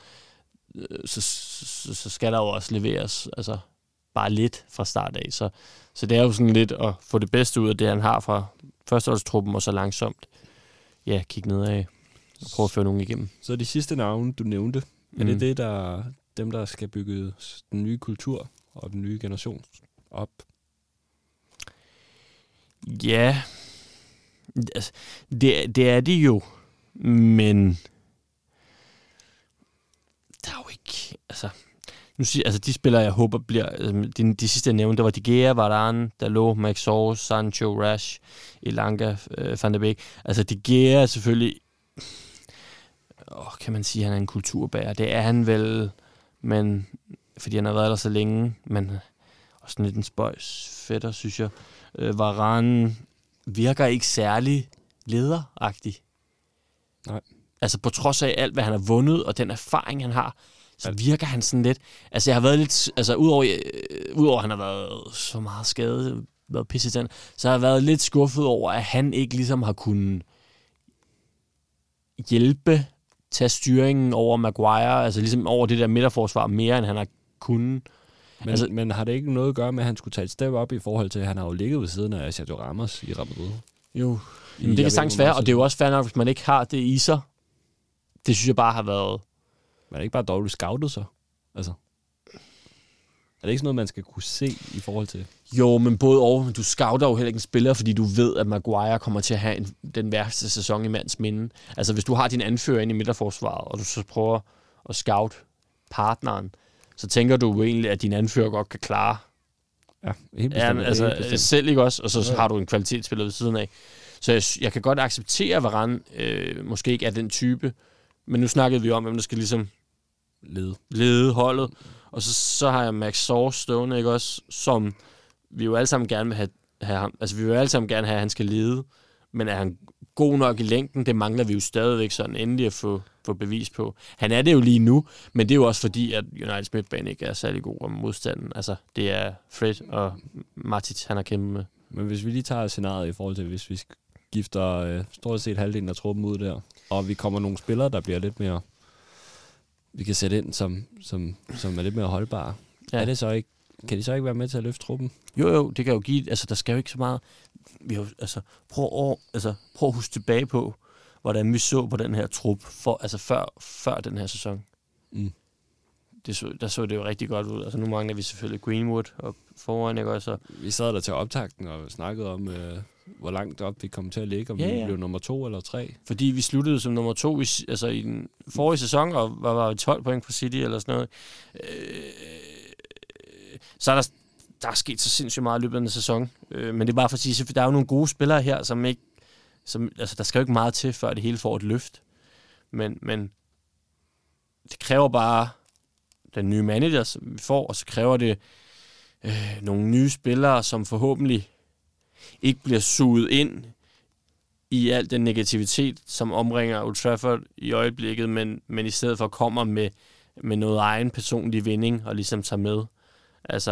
så skal der jo også leveres altså bare lidt fra start af. Så det er jo sådan lidt at få det bedste ud af det, han har fra førsteholdstruppen, og så langsomt kigge nedad og prøve at føre nogen igennem. Så de sidste navne, du nævnte, er det dem, der skal bygge den nye kultur og den nye generation op? Ja, altså, det er de jo, men der er jo ikke, altså, nu siger, altså de spillere, jeg håber bliver, de sidste jeg nævnte, der var De Gea, Varane, Dalot, Maxwell, Sancho, Rash, Elanga, Van de Beek. Altså De Gea er selvfølgelig, kan man sige, han er en kulturbærer. Det er han vel, men fordi han har været der så længe, men også lidt en spøjs fætter, synes jeg. Varane virker ikke særlig lederagtig. Nej. Altså på trods af alt, hvad han har vundet, og den erfaring, han har, så virker han sådan lidt... Altså jeg har været lidt... Altså udover at han har været så meget skadet, været pisset, så har jeg været lidt skuffet over, at han ikke ligesom har kunnet hjælpe, tage styringen over Maguire, altså ligesom over det der midterforsvar mere, end han har kunnet. Men har det ikke noget at gøre med, at han skulle tage et step op i forhold til, at han har jo ligget ved siden af Sergio Ramos i Real Madrid? Jo, men det kan sagtens være, og det er jo også fair nok, hvis man ikke har det i sig. Det synes jeg bare har været... Men er det ikke bare dårligt scoutet så? Altså, er det ikke sådan noget, man skal kunne se i forhold til? Jo, men både og. Du scouter jo heller ikke en spiller, fordi du ved, at Maguire kommer til at have den værste sæson i mands minde. Altså, hvis du har din anfører inde i midterforsvaret, og du så prøver at scout partneren, så tænker du jo egentlig, at din anfører godt kan klare. Ja, helt bestemt. Altså, selv ikke også, og så har du en kvalitetsspiller ved siden af. Så jeg kan godt acceptere, at Varane måske ikke er den type, men nu snakkede vi om, hvem der skal ligesom lede holdet. Og så har jeg Max Sors stående, ikke også, som vi jo alle sammen gerne vil have ham. Altså, vi vil jo alle sammen gerne have, at han skal lede. Men er han god nok i længden? Det mangler vi jo stadigvæk sådan endelig at få bevis på. Han er det jo lige nu, men det er jo også fordi, at Uniteds midtbane ikke er særlig god om modstanden. Altså, det er Fred og Matic, han har kæmpet med. Men hvis vi lige tager scenariet i forhold til, hvis vi skifter stort set halvdelen af truppen ud der, og vi kommer nogle spillere, der bliver lidt mere... vi kan sætte ind, som er lidt mere holdbare. Ja. Er det så ikke, kan de så ikke være med til at løfte truppen? Jo, det kan jo give... Altså, der skal jo ikke så meget... Vi har, altså, prøv at huske tilbage på, hvordan vi så på den her trup før den her sæson. Mm. Der så det jo rigtig godt ud. Altså, nu mangler vi selvfølgelig Greenwood og foran, ikke også? Vi sad der til optakten og snakkede om, hvor langt op vi kom til at ligge, om vi blev nummer 2 eller 3. Fordi vi sluttede som nummer 2 i den forrige sæson, og var 12 point på City eller sådan noget. Så er der er sket så sindssygt meget i løbet af den sæson. Men det er bare for at sige, at der er jo nogle gode spillere her, altså der skal jo ikke meget til, før det hele får et løft. Men det kræver bare den nye manager, som vi får, og så kræver det nogle nye spillere, som forhåbentlig ikke bliver suget ind i al den negativitet, som omringer Old Trafford i øjeblikket, men i stedet for kommer med noget egen personlig vinding og ligesom tager med. Altså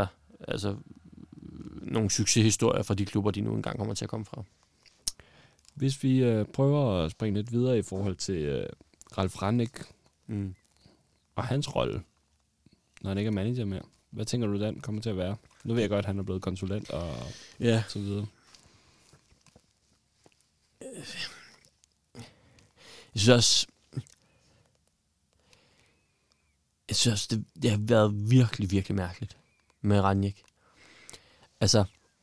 nogle succeshistorier fra de klubber, de nu engang kommer til at komme fra. Hvis vi prøver at springe lidt videre i forhold til Ralf Rangnick og hans rolle, når han ikke er manager mere. Hvad tænker du, den kommer til at være? Nu ved jeg godt, at han er blevet konsulent og så videre. Jeg synes også, det har været virkelig, virkelig mærkeligt med Rangnick. Altså,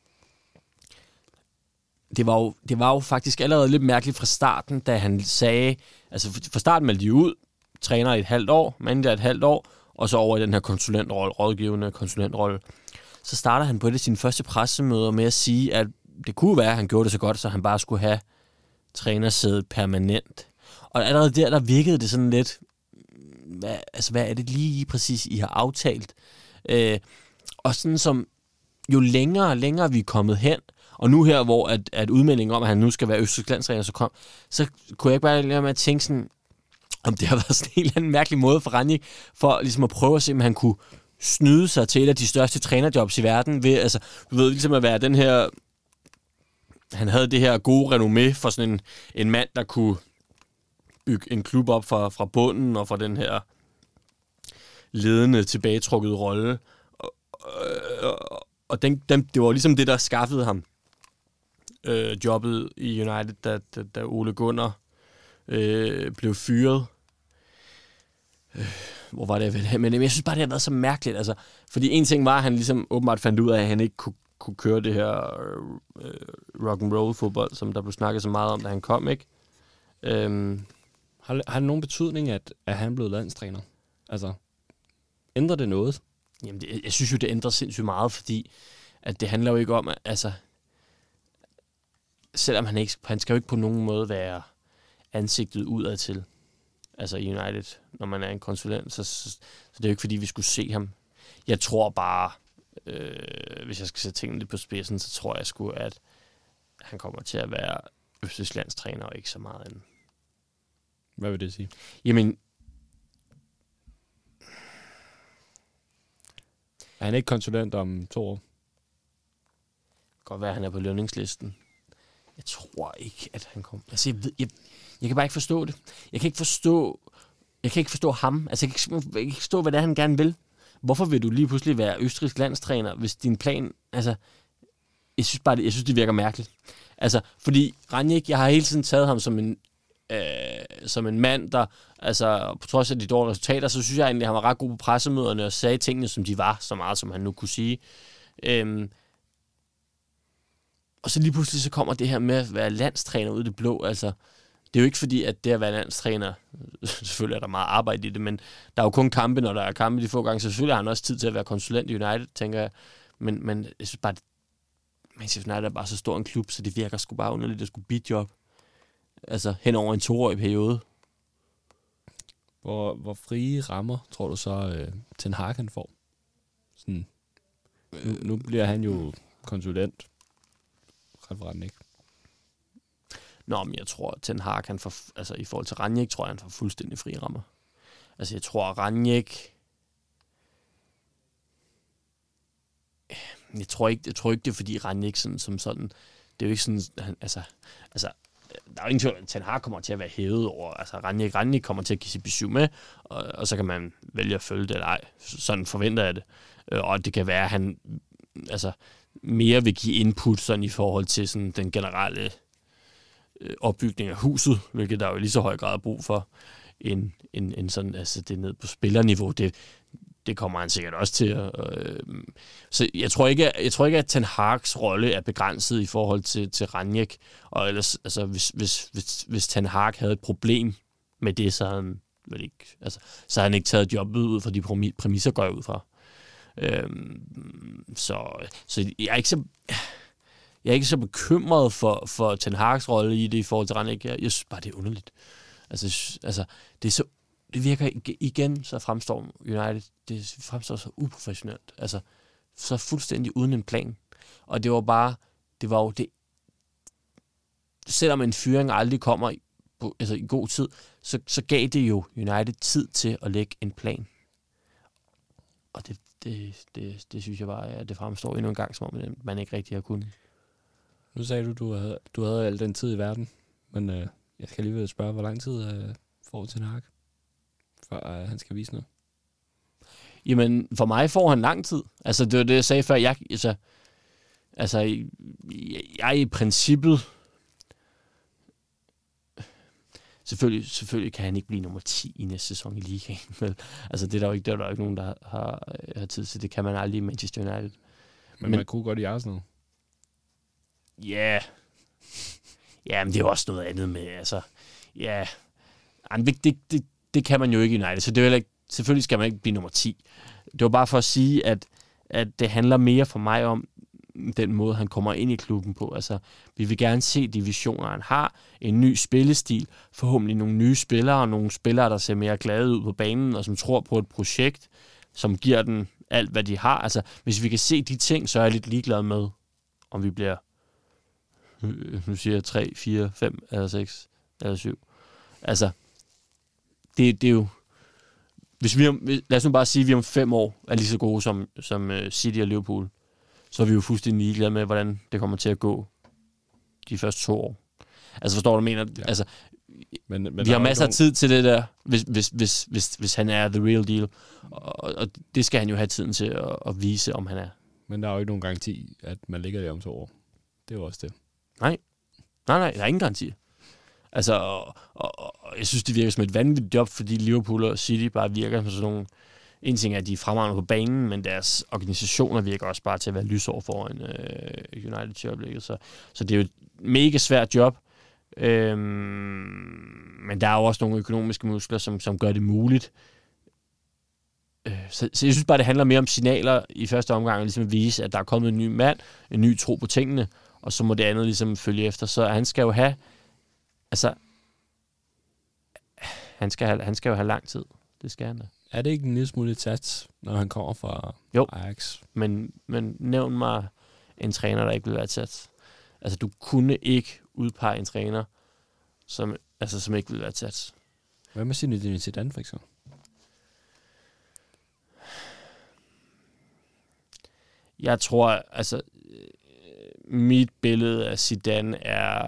det var jo faktisk allerede lidt mærkeligt fra starten, da han sagde, altså fra starten meldte de ud, træner i et halvt år, manager et halvt år, og så over i den her konsulentrolle, rådgivende konsulentrolle. Så starter han på det sin første pressemøder med at sige, at det kunne være, at han gjorde det så godt, så han bare skulle have trænersædet permanent. Og allerede der virkede det sådan lidt, hvad er det lige præcis, I har aftalt? Og sådan som, jo længere og længere vi er kommet hen, og nu her, hvor at udmeldingen om, at han nu skal være østrigsk landstræner, så kunne jeg ikke bare lade med at tænke sådan, om det har været sådan en eller anden mærkelig måde for Rangnick, for ligesom at prøve at se, om han kunne snyde sig til et af de største trænerjobs i verden, ved, altså, du ved, ligesom at være den her han havde det her gode renommé for sådan en mand, der kunne bygge en klub op fra bunden, og fra den her ledende, tilbagetrukket rolle. Og det var ligesom det, der skaffede ham jobbet i United, da Ole Gunnar blev fyret. Hvor var det? Men jeg synes bare, det har været så mærkeligt. Altså, fordi en ting var, at han ligesom åbenbart fandt ud af, at han ikke kunne køre det her rock and roll fodbold, som der blev snakket så meget om, da han kom, ikke? Har det nogen betydning, at han blev landstræner? Altså, ændrer det noget? Jamen, jeg synes jo, det ændrer sindssygt meget, fordi at det handler jo ikke om, at, altså, selvom han skal jo ikke på nogen måde være ansigtet udad til, altså i United, når man er en konsulent, så det er jo ikke, fordi vi skulle se ham. Jeg tror bare, hvis jeg skal sætte tingene lidt på spidsen, så tror jeg sgu, at han kommer til at være Østrigs landstræner, og ikke så meget andet. Hvad vil det sige? Jamen, er han ikke konsulent om 2 år? Godt være, at han er på lønningslisten. Jeg tror ikke, at han kommer. Altså, jeg kan bare ikke forstå det. Jeg kan ikke forstå ham. Altså, jeg kan ikke forstå, hvad det er, han gerne vil. Hvorfor vil du lige pludselig være østrigsk landstræner, hvis din plan... Altså, jeg synes, det virker mærkeligt. Altså, fordi Rangnick, jeg har hele tiden taget ham som en mand, der, altså, på trods af de dårlige resultater, så synes jeg egentlig, at han var ret god på pressemøderne og sagde tingene, som de var, så meget, som han nu kunne sige. Og så lige pludselig så kommer det her med at være landstræner ude i det blå. Altså, det er jo ikke fordi, at det at være landstræner, selvfølgelig er der meget arbejde i det, men der er jo kun kampe, når der er kampe de få gange, så selvfølgelig har han også tid til at være konsulent i United, tænker jeg. Men jeg synes bare, at Manchester United er bare så stor en klub, så det virker sgu bare underligt at skulle bidjob. Altså hen over en 2-årig periode. Hvor frie rammer, tror du så, Ten Hag han får? Sådan. Nu bliver han jo konsulent. Referent, ikke? Nå, men jeg tror, at Ten Hag, altså i forhold til Rangnick, tror jeg, han får fuldstændig frie rammer. Altså, jeg tror, at Rangnick... Jeg tror ikke, det er, fordi Rangnick som sådan... Det er jo ikke sådan... Altså, der er jo ingen tvivl, at Ten Hag kommer til at være hævet over. Altså, Rangnick kommer til at give sit besøg med, og så kan man vælge at følge det eller ej. Sådan forventer jeg det. Og det kan være, at han altså, mere vil give input sådan i forhold til sådan den generelle opbygning af huset, hvilket der jo i lige så høj grad er brug for, en sådan, altså det ned på spillerniveau. Det kommer han sikkert også til. Så jeg tror ikke, at Ten Hags rolle er begrænset i forhold til Rangnick. Og ellers, altså, hvis Ten Hag havde et problem med det, så havde han vel ikke, altså, så havde han ikke taget jobbet ud fra de præmisser, går jeg ud fra. Så jeg er ikke så bekymret for Ten Hags rolle i det i forhold til Rangnick. Jeg synes bare, det er underligt. Altså det er så... Det virker igen, så fremstår United, det fremstår så uprofessionelt. Altså, så fuldstændig uden en plan. Og det var jo det, selvom en fyring aldrig kommer i god tid, så gav det jo United tid til at lægge en plan. Og det synes jeg bare, at det fremstår endnu en gang, som om man ikke rigtig har kunnet. Nu sagde du havde al den tid i verden, men jeg skal alligevel spørge, hvor lang tid får Ten Hag, før han skal vise noget? Jamen, for mig får han lang tid. Altså, det var det, jeg sagde før. Jeg er i princippet... Selvfølgelig kan han ikke blive nummer 10 i næste sæson i ligaen. Vel? Altså, det er der jo ikke nogen, der har tid til. Det kan man aldrig i Manchester United. Men man kunne godt i Arsenal. Ja. Ja, men det er jo også noget andet med, altså... Ja. Det kan man jo ikke i United, så det er ikke, selvfølgelig skal man ikke blive nummer 10. Det var bare for at sige, at det handler mere for mig om den måde, han kommer ind i klubben på. Altså, vi vil gerne se de visioner, han har, en ny spillestil, forhåbentlig nogle nye spillere, og nogle spillere, der ser mere glade ud på banen, og som tror på et projekt, som giver den alt, hvad de har. Altså, hvis vi kan se de ting, så er jeg lidt ligeglad med, om vi bliver, nu siger jeg 3, 4, 5, eller 6, eller 7. Altså, det er jo... Lad os nu bare sige, at vi om 5 år er lige så gode som City og Liverpool, så er vi jo fuldstændig ligeglade med, hvordan det kommer til at gå de første 2 år. Altså forstår du, hvad jeg mener? Ja. Altså, Men vi har masser af tid til det der, hvis han er the real deal. Og det skal han jo have tiden til at vise, om han er. Men der er jo ikke nogen garanti, at man ligger der om 2 år. Det er jo også det. Nej, der er ingen garanti. Altså, og jeg synes, det virker som et vanvittigt job, fordi Liverpool og City bare virker som sådan nogle... En ting er, at de er fremragende på banen, men deres organisationer virker også bare til at være lysår foran United til øjeblikket. Så det er jo et mega svært job. Men der er jo også nogle økonomiske muskler, som gør det muligt. Så jeg synes bare, det handler mere om signaler i første omgang, og ligesom at vise, at der er kommet en ny mand, en ny tro på tingene, og så må det andet ligesom følge efter. Så han skal jo have... Altså... Han skal jo have lang tid. Det skal han da. Er det ikke en lille smule sats, når han kommer fra Ajax? Men nævn mig en træner, der ikke vil være sats. Altså, du kunne ikke udpege en træner, som ikke vil være sats. Hvad med Zinedine Zidane, for eksempel? Jeg tror, altså... mit billede af Zidane er...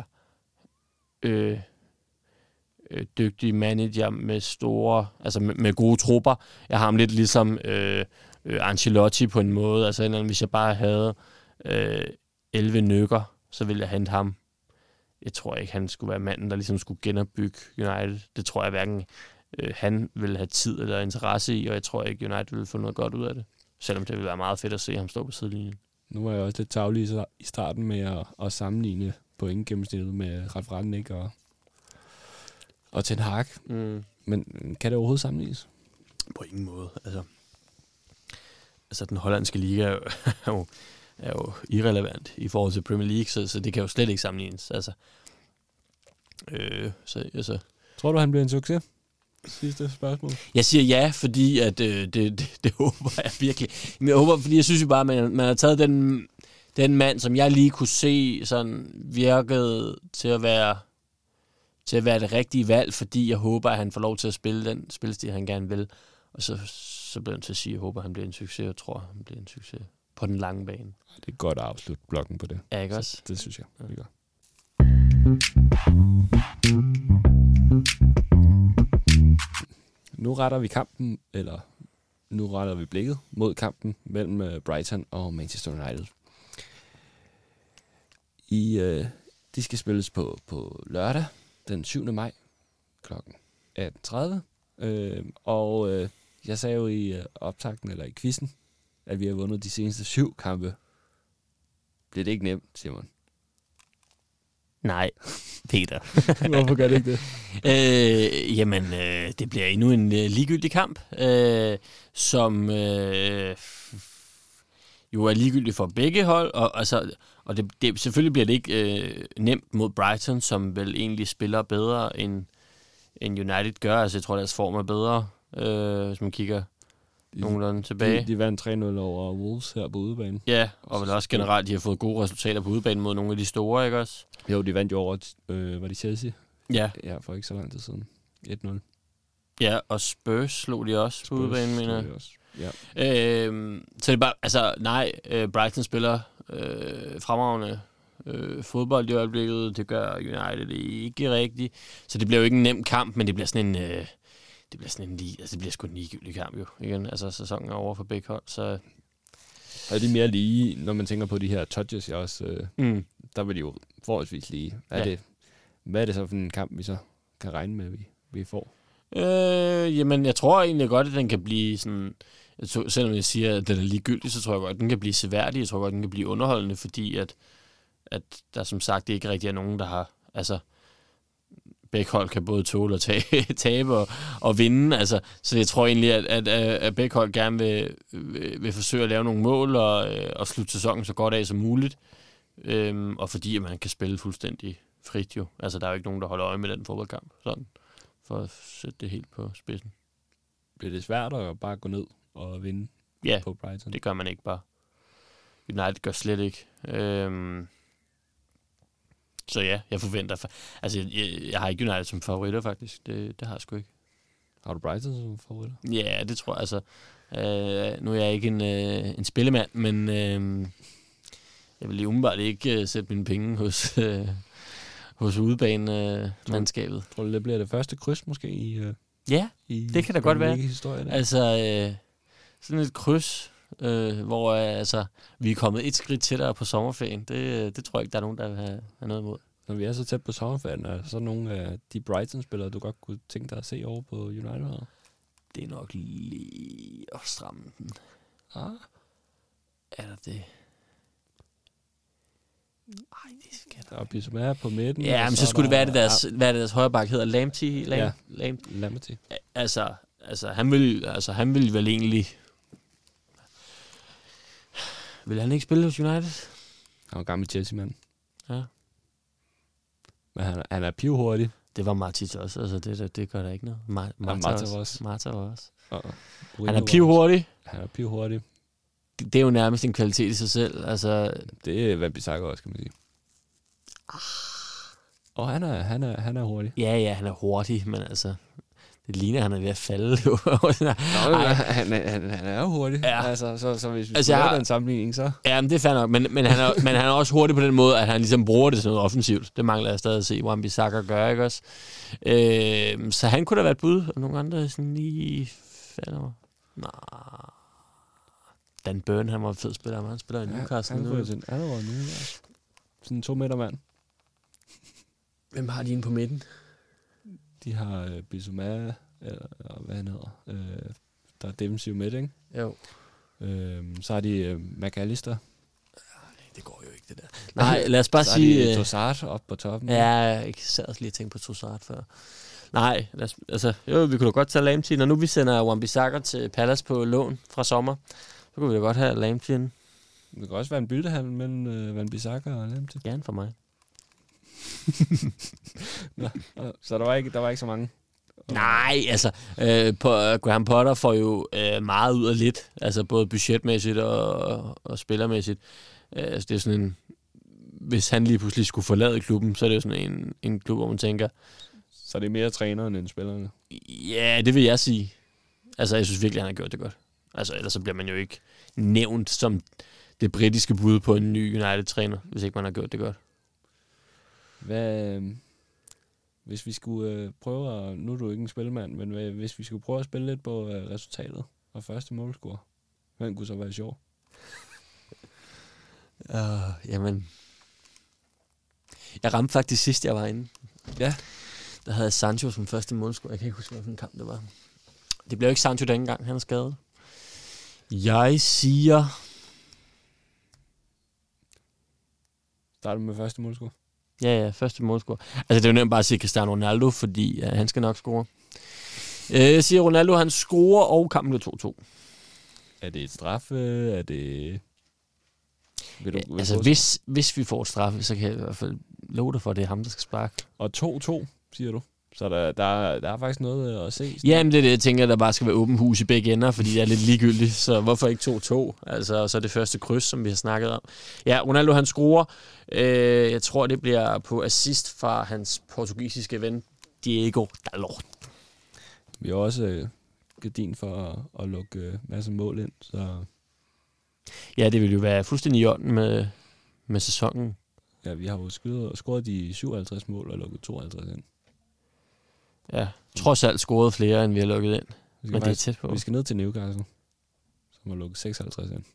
dygtig manager med store, altså med gode trupper. Jeg har ham lidt ligesom Ancelotti på en måde. Altså, hvis jeg bare havde 11 nykker, så ville jeg hente ham. Jeg tror ikke, han skulle være manden, der ligesom skulle genopbygge United. Det tror jeg hverken han ville have tid eller interesse i, og jeg tror ikke, United ville få noget godt ud af det. Selvom det ville være meget fedt at se ham stå på sidelinjen. Nu var jeg også lidt tavlig i starten med at sammenligne pointgennemsnittet med Ralf Rangnick og Ten Hag. Men kan det overhovedet sammenlignes? På ingen måde. Altså den hollandske liga er jo irrelevant i forhold til Premier League, så det kan jo slet ikke sammenlignes. Tror du, han bliver en succes? Sidste spørgsmål. Jeg siger ja, fordi at, det håber jeg virkelig. Men jeg håber, fordi jeg synes jo bare, at man har taget den mand, som jeg lige kunne se, sådan virkede til at være det rigtige valg, fordi jeg håber, at han får lov til at spille den spilstil, han gerne vil. Og så bliver han til at sige, at jeg håber, at han bliver en succes, og jeg tror, at han bliver en succes på den lange bane. Det er godt at afslutte blokken på det. Ja, ikke også? Det synes jeg. Ja. Det gør. Nu retter vi blikket mod kampen mellem Brighton og Manchester United. De skal spilles på lørdag, den 7. maj kl. 18:30. Jeg sagde jo i optakten, eller i quizzen, at vi har vundet de seneste 7 kampe. Bliver det ikke nemt, Simon? Nej, Peter. Hvorfor gør det ikke det? Det bliver endnu en ligegyldig kamp, som jo er ligegyldig for begge hold, og det selvfølgelig bliver det ikke nemt mod Brighton, som vel egentlig spiller bedre end United gør. Altså jeg tror, deres form er bedre, hvis man kigger nogenlunde tilbage. De vandt 3-0 over Wolves her på udebane. Ja, og vel også generelt, de har fået gode resultater på udebane mod nogle af de store, ikke også? Jo, de vandt jo over, var det Chelsea? Ja. Ja, for ikke så lang tid siden. 1-0. Ja, og Spurs slog de også på udebane, mener jeg. Ja. Så det er bare, altså nej, Brighton spiller fremragende fodbold i øjeblikket. Det gør United ikke rigtigt. Så det bliver jo ikke en nem kamp, men det bliver sådan en... Det bliver sgu en ligegyldig kamp jo, igen. Altså, sæsonen er over for begge hold, så... Er det mere lige, når man tænker på de her touches, jeg også... Der vil de jo forholdsvis lige. Hvad er det så for en kamp, vi så kan regne med, vi får? Jamen, jeg tror egentlig godt, at den kan blive sådan... Selvom jeg siger, at den er ligegyldig, så tror jeg godt, at den kan blive seværdig. Jeg tror godt, at den kan blive underholdende, fordi at der som sagt ikke rigtig er nogen, der har... Altså, begge hold kan både tåle og tabe og vinde. Altså, så jeg tror egentlig, at begge hold gerne vil forsøge at lave nogle mål og slutte sæsonen så godt af som muligt. Og fordi at man kan spille fuldstændig frit jo. Altså, der er jo ikke nogen, der holder øje med den fodboldkamp. Sådan, for at sætte det helt på spidsen. Bliver det svært at bare gå ned og vinde på Brighton? Det gør man ikke bare. United gør slet ikke. Så ja, jeg forventer... Altså, jeg har ikke United som favoritter, faktisk. Det har jeg sgu ikke. Har du Brighton som favoritter? Ja, det tror jeg. Altså, nu er jeg ikke en spillemand, men jeg vil lige umiddelbart ikke sætte mine penge hos udebane-mandskabet. Tror du, det bliver det første kryds måske i Ja, det kan da godt være. Historie, altså, sådan et kryds, hvor altså, vi er kommet et skridt tættere på sommerferien. Det tror jeg ikke, der er nogen, der vil have noget imod. Når vi er så tæt på sommerferien, er så nogle af de Brighton-spillere, du godt kunne tænke dig at se over på United? Det er nok lige at stramme den. Er der det? Ej, det skal der er Bissouma på midten. Ja, men så skulle det være det deres højre bak hedder Lamptey. Altså han vil vel egentlig... Vil han ikke spille hos United? Han var gammel Chelsea-mand. Ja. Men han er pivhurtig. Det var Martins også, altså det gør der ikke noget. Marta også. Han er pivhurtig. Det er jo nærmest en kvalitet i sig selv. Altså, det er Wan-Bissaka også, kan man sige. Og han er hurtig. Ja, han er hurtig, men altså... Det ligner, han er ved at falde. Han er jo hurtig. Ja. Altså, så hvis vi skulle den sammenligning, så... Ja, men det er fair nok. Men han er også hurtig på den måde, at han ligesom bruger det til noget offensivt. Det mangler jeg stadig at se, Wan-Bissaka gør, ikke også? Så han kunne da være et bud, og nogle andre sådan lige falder over. Nej. Dan Burn, han var en fed spiller, men han spiller i Newcastle nu. Han var nu, ja. Sådan en 2 meter mand. Hvem har de inde på midten? De har Bissouma, eller hvad han hedder. Der er defensiv midt, ikke? Jo. Så har de McAllister. Det går jo ikke, det der. Nej, lad os bare sige... Så har de Trossard op på toppen. Ja, jeg sad også lige og tænkte på Trossard før. Nej, vi kunne da godt tage Lamptey. Når nu vi sender Wan-Bissaka til Palace på lån fra sommer, så kunne vi da godt have Lamptey. Det kan også være en byttehandel mellem Wan-Bissaka og Lamptey. Gerne for mig. Så der var ikke så mange. Nej, altså Graham Potter får jo meget ud af lidt, altså både budgetmæssigt og spillermæssigt. Altså det er sådan en, hvis han lige pludselig skulle forlade klubben, så er det jo sådan en klub, hvor man tænker, så det er mere træneren end spillerne. Ja, det vil jeg sige. Altså jeg synes virkelig, han har gjort det godt. Altså ellers så bliver man jo ikke nævnt som det britiske bud på en ny United-træner, hvis ikke man har gjort det godt. Hvad, hvis vi skulle prøve at... Nu er du ikke en spillemand, men hvis vi skulle prøve at spille lidt på resultatet og første målscore, hvem kunne så være sjov? Jamen... Jeg ramte faktisk sidst, jeg var inde. Ja. Der havde Sancho som første målscore. Jeg kan ikke huske, hvilken kamp det var. Det blev ikke Sancho dengang, han er skadet. Jeg siger... Starter med første målscore? Ja, første målscore. Altså, det er jo nemt bare at sige Cristiano Ronaldo, fordi han skal nok score. Jeg siger, Ronaldo, han scorer, og kampen bliver 2-2. Er det et straffe? Er det... Hvis vi får et straffe, så kan jeg i hvert fald love dig for, at det er ham, der skal sparke. Og 2-2, siger du? Så der er faktisk noget at se. Ja, men det er det, jeg tænker, at der bare skal være åben hus i begge ender, fordi det er lidt ligegyldigt. Så hvorfor ikke 2-2? Altså, så er det første kryds, som vi har snakket om. Ja, Ronaldo, han scorer. Jeg tror, det bliver på assist fra hans portugisiske ven, Diego Dalot. Vi har også gardin for at lukke masser af mål ind, så... Ja, det vil jo være fuldstændig i orden med sæsonen. Ja, vi har jo scoret de 57 mål og lukket 52 ind. Ja, trods alt scoret flere, end vi har lukket ind. Men det er tæt på. Vi skal ned til Newcastle, som har lukket 56 ind.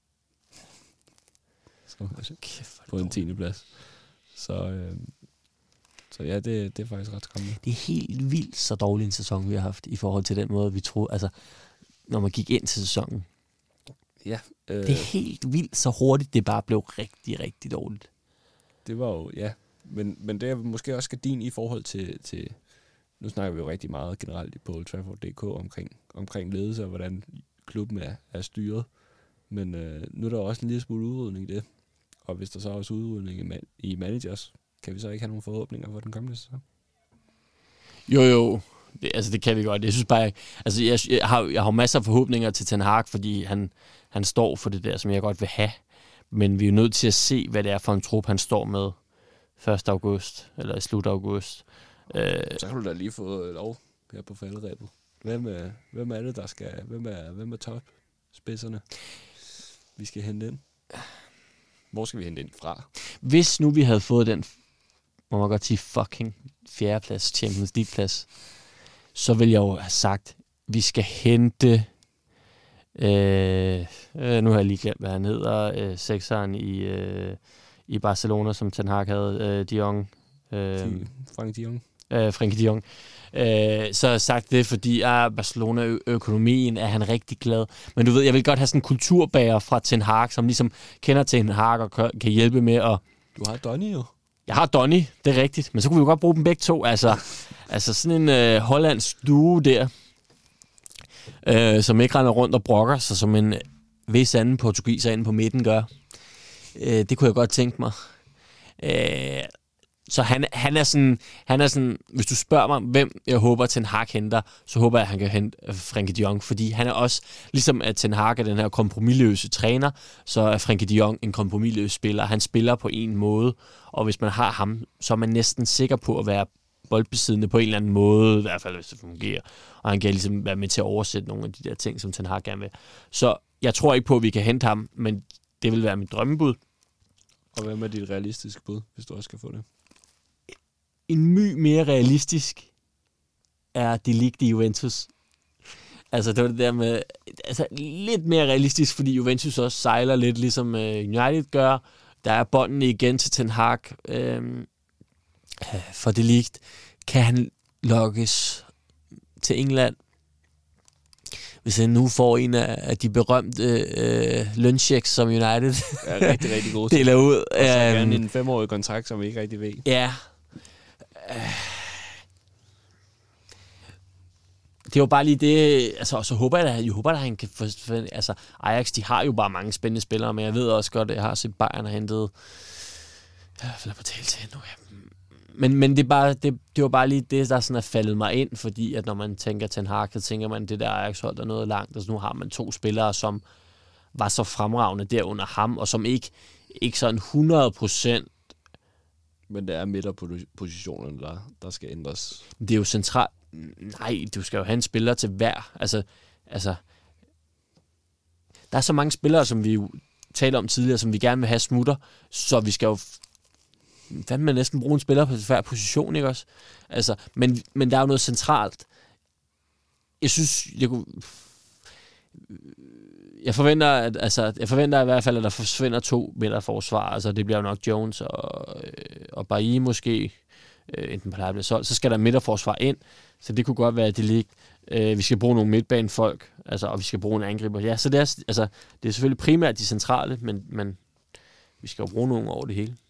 På en 10. plads. Så ja, det er faktisk ret skræmmende. Det er helt vildt så dårlig en sæson, vi har haft, i forhold til den måde, vi troede. Altså, når man gik ind til sæsonen. Ja. Det er helt vildt så hurtigt, det bare blev rigtig, rigtig dårligt. Det var jo, ja. Men det er måske også gardin i forhold til nu snakker vi jo rigtig meget generelt på Old Trafford.dk omkring ledelse og hvordan klubben er styret. Men nu er der også en lille smule udrydning i det. Og hvis der så er også udrydning i managers, kan vi så ikke have nogle forhåbninger for den kommende sæson? Jo. Det kan vi godt. Jeg synes bare, altså jeg har masser af forhåbninger til Ten Hag, fordi han står for det der, som jeg godt vil have. Men vi er jo nødt til at se, hvad det er for en trup, han står med 1. august, eller i slut august. Så kan du da lige få lov her på falderæbet. Hvem er det, der skal... Hvem er topspidserne, vi skal hente ind? Hvor skal vi hente ind fra? Hvis nu vi havde fået den må man godt sige fucking 4. plads, Champions League-plads, så vil jeg jo have sagt, vi skal hente, nu har jeg lige glemt, hvad han hedder, sekseren i Barcelona, som Ten Hag havde, de Jong. Frenkie de Jong. Så har jeg sagt det, fordi Barcelona-økonomien er han rigtig glad. Men du ved, jeg vil godt have sådan en kulturbærer fra Ten Hag, som ligesom kender Ten Hag og kan hjælpe med at... Du har Donny jo. Jeg har Donny, det er rigtigt. Men så kunne vi jo godt bruge dem begge to. Altså sådan en hollandsk duo der, som ikke render rundt og brokker sig, som en vis anden portugiser inde på midten gør. Det kunne jeg godt tænke mig. Så han er sådan, hvis du spørger mig, hvem jeg håber, Ten Hag henter, så håber jeg, at han kan hente Frenkie de Jong, fordi han er også, ligesom at Ten Hag er den her kompromisløse træner, så er Frenkie de Jong en kompromisløs spiller. Han spiller på en måde, og hvis man har ham, så er man næsten sikker på at være boldbesiddende på en eller anden måde, i hvert fald hvis det fungerer, og han kan ligesom være med til at oversætte nogle af de der ting, som Ten Hag gerne vil. Så jeg tror ikke på, at vi kan hente ham, men det vil være mit drømmebud. Og hvad med dit realistiske bud, hvis du også skal få det? En mere realistisk er De Ligt i Juventus. Altså, det var det der med... Altså, lidt mere realistisk, fordi Juventus også sejler lidt, ligesom United gør. Der er båndene igen til Ten Hag for De Ligt. Kan han lokkes til England? Hvis han nu får en af de berømte lønchecks, som United er rigtig, rigtig god deler ud. Og så gerne en 5-årig kontrakt, som vi ikke rigtig ved. Ja. Det er jo bare lige det, altså, og så håber jeg at han kan få, altså Ajax, de har jo bare mange spændende spillere, men jeg ved også godt, at jeg har set Bayern har hentet, jeg har på tale til nu, men det var bare lige det, der sådan er faldet mig ind, fordi at når man tænker Ten Hag, så tænker man, det der Ajax-hold er noget langt, altså nu har man 2 spillere, som var så fremragende der under ham, og som ikke sådan 100%. Men det er midterpositionerne, der skal ændres. Det er jo centralt. Nej, du skal jo have en spiller til hver. Altså, der er så mange spillere, som vi jo talte om tidligere, som vi gerne vil have smutter, så vi skal jo fandme næsten bruge en spiller på hver position, ikke også? Altså, men der er jo noget centralt. Jeg synes, jeg forventer i hvert fald, at der forsvinder 2 midterforsvar. Altså, det bliver jo nok Jones og Bailly måske, enten på bliver solgt. Så skal der midterforsvar ind, så det kunne godt være, at det ligger. Vi skal bruge nogle midtbanefolk, altså, og vi skal bruge en angriber. Ja, så det er selvfølgelig primært de centrale, men vi skal jo bruge nogen over det hele.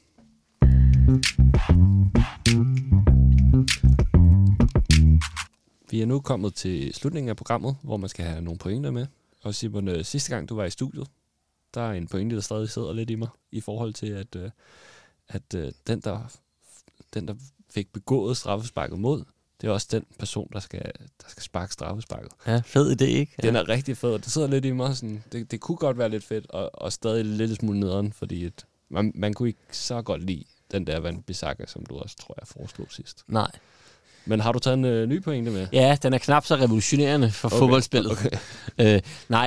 Vi er nu kommet til slutningen af programmet, hvor man skal have nogle pointer med. Og Simon, sidste gang du var i studiet, der er en pointe, der stadig sidder lidt i mig, i forhold til, at den, der fik begået straffesparket mod, det er også den person, der skal sparke straffesparket. Ja, fed idé, ikke? Ja. Den er rigtig fed, det sidder lidt i mig. Sådan, det kunne godt være lidt fedt, og stadig lidt smule nederen, fordi man kunne ikke så godt lide den der Van Bissaka, som du også, tror jeg, foreslog sidst. Nej. Men har du taget en ny pointe med? Ja, den er knap så revolutionerende for fodboldspillet. Okay.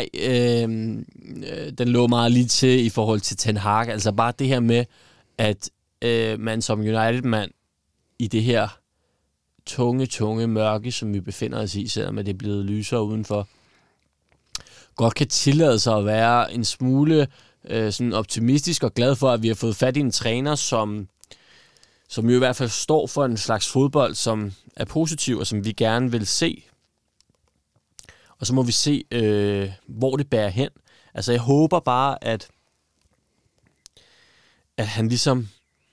Den lå meget lige til i forhold til Ten Hag. Altså bare det her med, at man som United-mand i det her tunge mørke, som vi befinder os i, selvom det er blevet lysere udenfor, godt kan tillade sig at være en smule sådan optimistisk og glad for, at vi har fået fat i en træner, som jo i hvert fald står for en slags fodbold, som er positiv, og som vi gerne vil se. Og så må vi se, hvor det bærer hen. Altså, jeg håber bare, at han ligesom...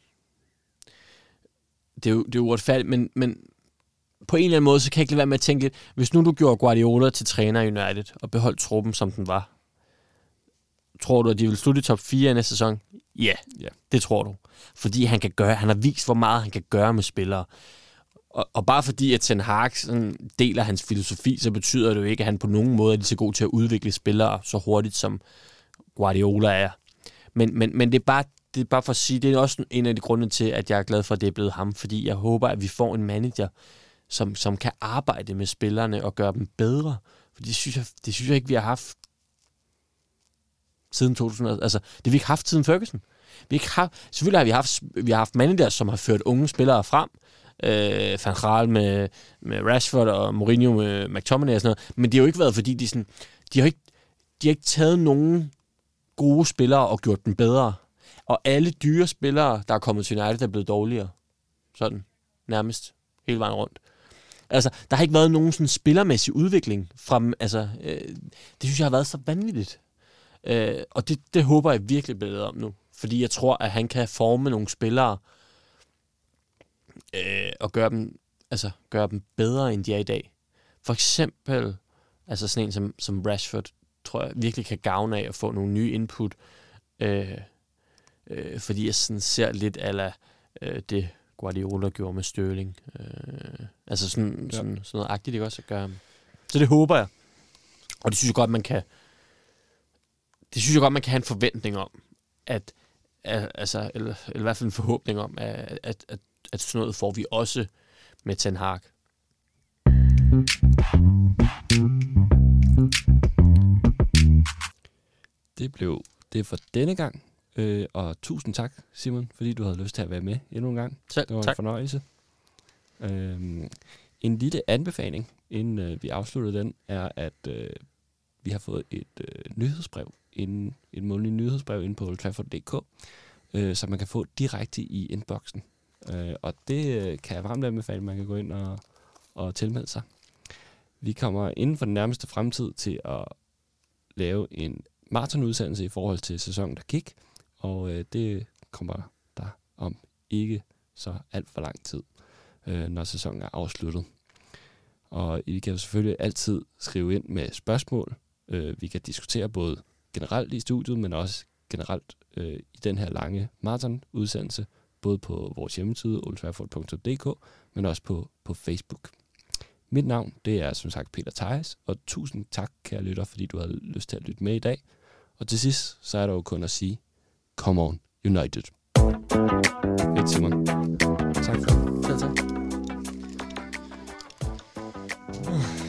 Det er jo uretfærdigt, men på en eller anden måde, så kan jeg ikke lade være med at tænke lidt, hvis nu du gjorde Guardiola til træner i United, og beholdt truppen, som den var, tror du, at de vil slutte i top 4 i næste sæson? Ja, det tror du. Fordi han har vist, hvor meget han kan gøre med spillere. Og bare fordi, at Ten Hag deler hans filosofi, så betyder det jo ikke, at han på nogen måde er lige så god til at udvikle spillere så hurtigt, som Guardiola er. Men det er bare for at sige, det er også en af de grunde til, at jeg er glad for, at det er blevet ham. Fordi jeg håber, at vi får en manager, som kan arbejde med spillerne og gøre dem bedre. For det synes jeg ikke, vi har haft siden 2000. Altså, det har vi ikke haft siden Ferguson. Selvfølgelig har vi har haft managers, som har ført unge spillere frem. Van Gaal med Rashford og Mourinho med McTominay og sådan noget. Men det har jo ikke været, fordi de har ikke taget nogen gode spillere og gjort dem bedre. Og alle dyre spillere, der er kommet til United, er blevet dårligere. Sådan, nærmest hele vejen rundt. Altså, der har ikke været nogen sådan spillermæssig udvikling fra, altså, det synes jeg har været så vanvittigt. Og det håber jeg virkelig bliver om nu. Fordi jeg tror, at han kan forme nogle spillere og gøre dem bedre, end de er i dag. For eksempel, altså sådan en som Rashford, tror jeg virkelig kan gavne af at få nogle nye input. Fordi jeg sådan ser lidt ala det Guardiola gjorde med Sterling. Altså sådan noget agtigt, det også at gøre. Så det håber jeg. Og det synes jeg godt, man kan. Det synes jeg godt, man kan have en forventning om, at altså, eller i hvert fald en forhåbning om, at sådan noget får vi også med Ten Hag. Det blev det for denne gang. Og tusind tak, Simon, fordi du havde lyst til at være med endnu en gang. Selv, det var tak. En fornøjelse. En lille anbefaling, inden vi afslutter den, er, at vi har fået et nyhedsbrev, et månedligt nyhedsbrev inde på oldtrafford.dk, som man kan få direkte i inboxen. Og det kan jeg varmt anbefale, man kan gå ind og tilmelde sig. Vi kommer inden for den nærmeste fremtid til at lave en maratonudsendelse i forhold til sæsonen, der gik. Og det kommer der om ikke så alt for lang tid, når sæsonen er afsluttet. Og I kan jo selvfølgelig altid skrive ind med spørgsmål. Vi kan diskutere både generelt i studiet, men også generelt i den her lange maraton-udsendelse, både på vores hjemmeside, oldtrafford.dk, men også på Facebook. Mit navn, det er som sagt Peter Theis, og tusind tak, kære lytter, fordi du havde lyst til at lytte med i dag. Og til sidst, så er der jo kun at sige, come on, United. Fedt, Simon. Tak for det. Tak.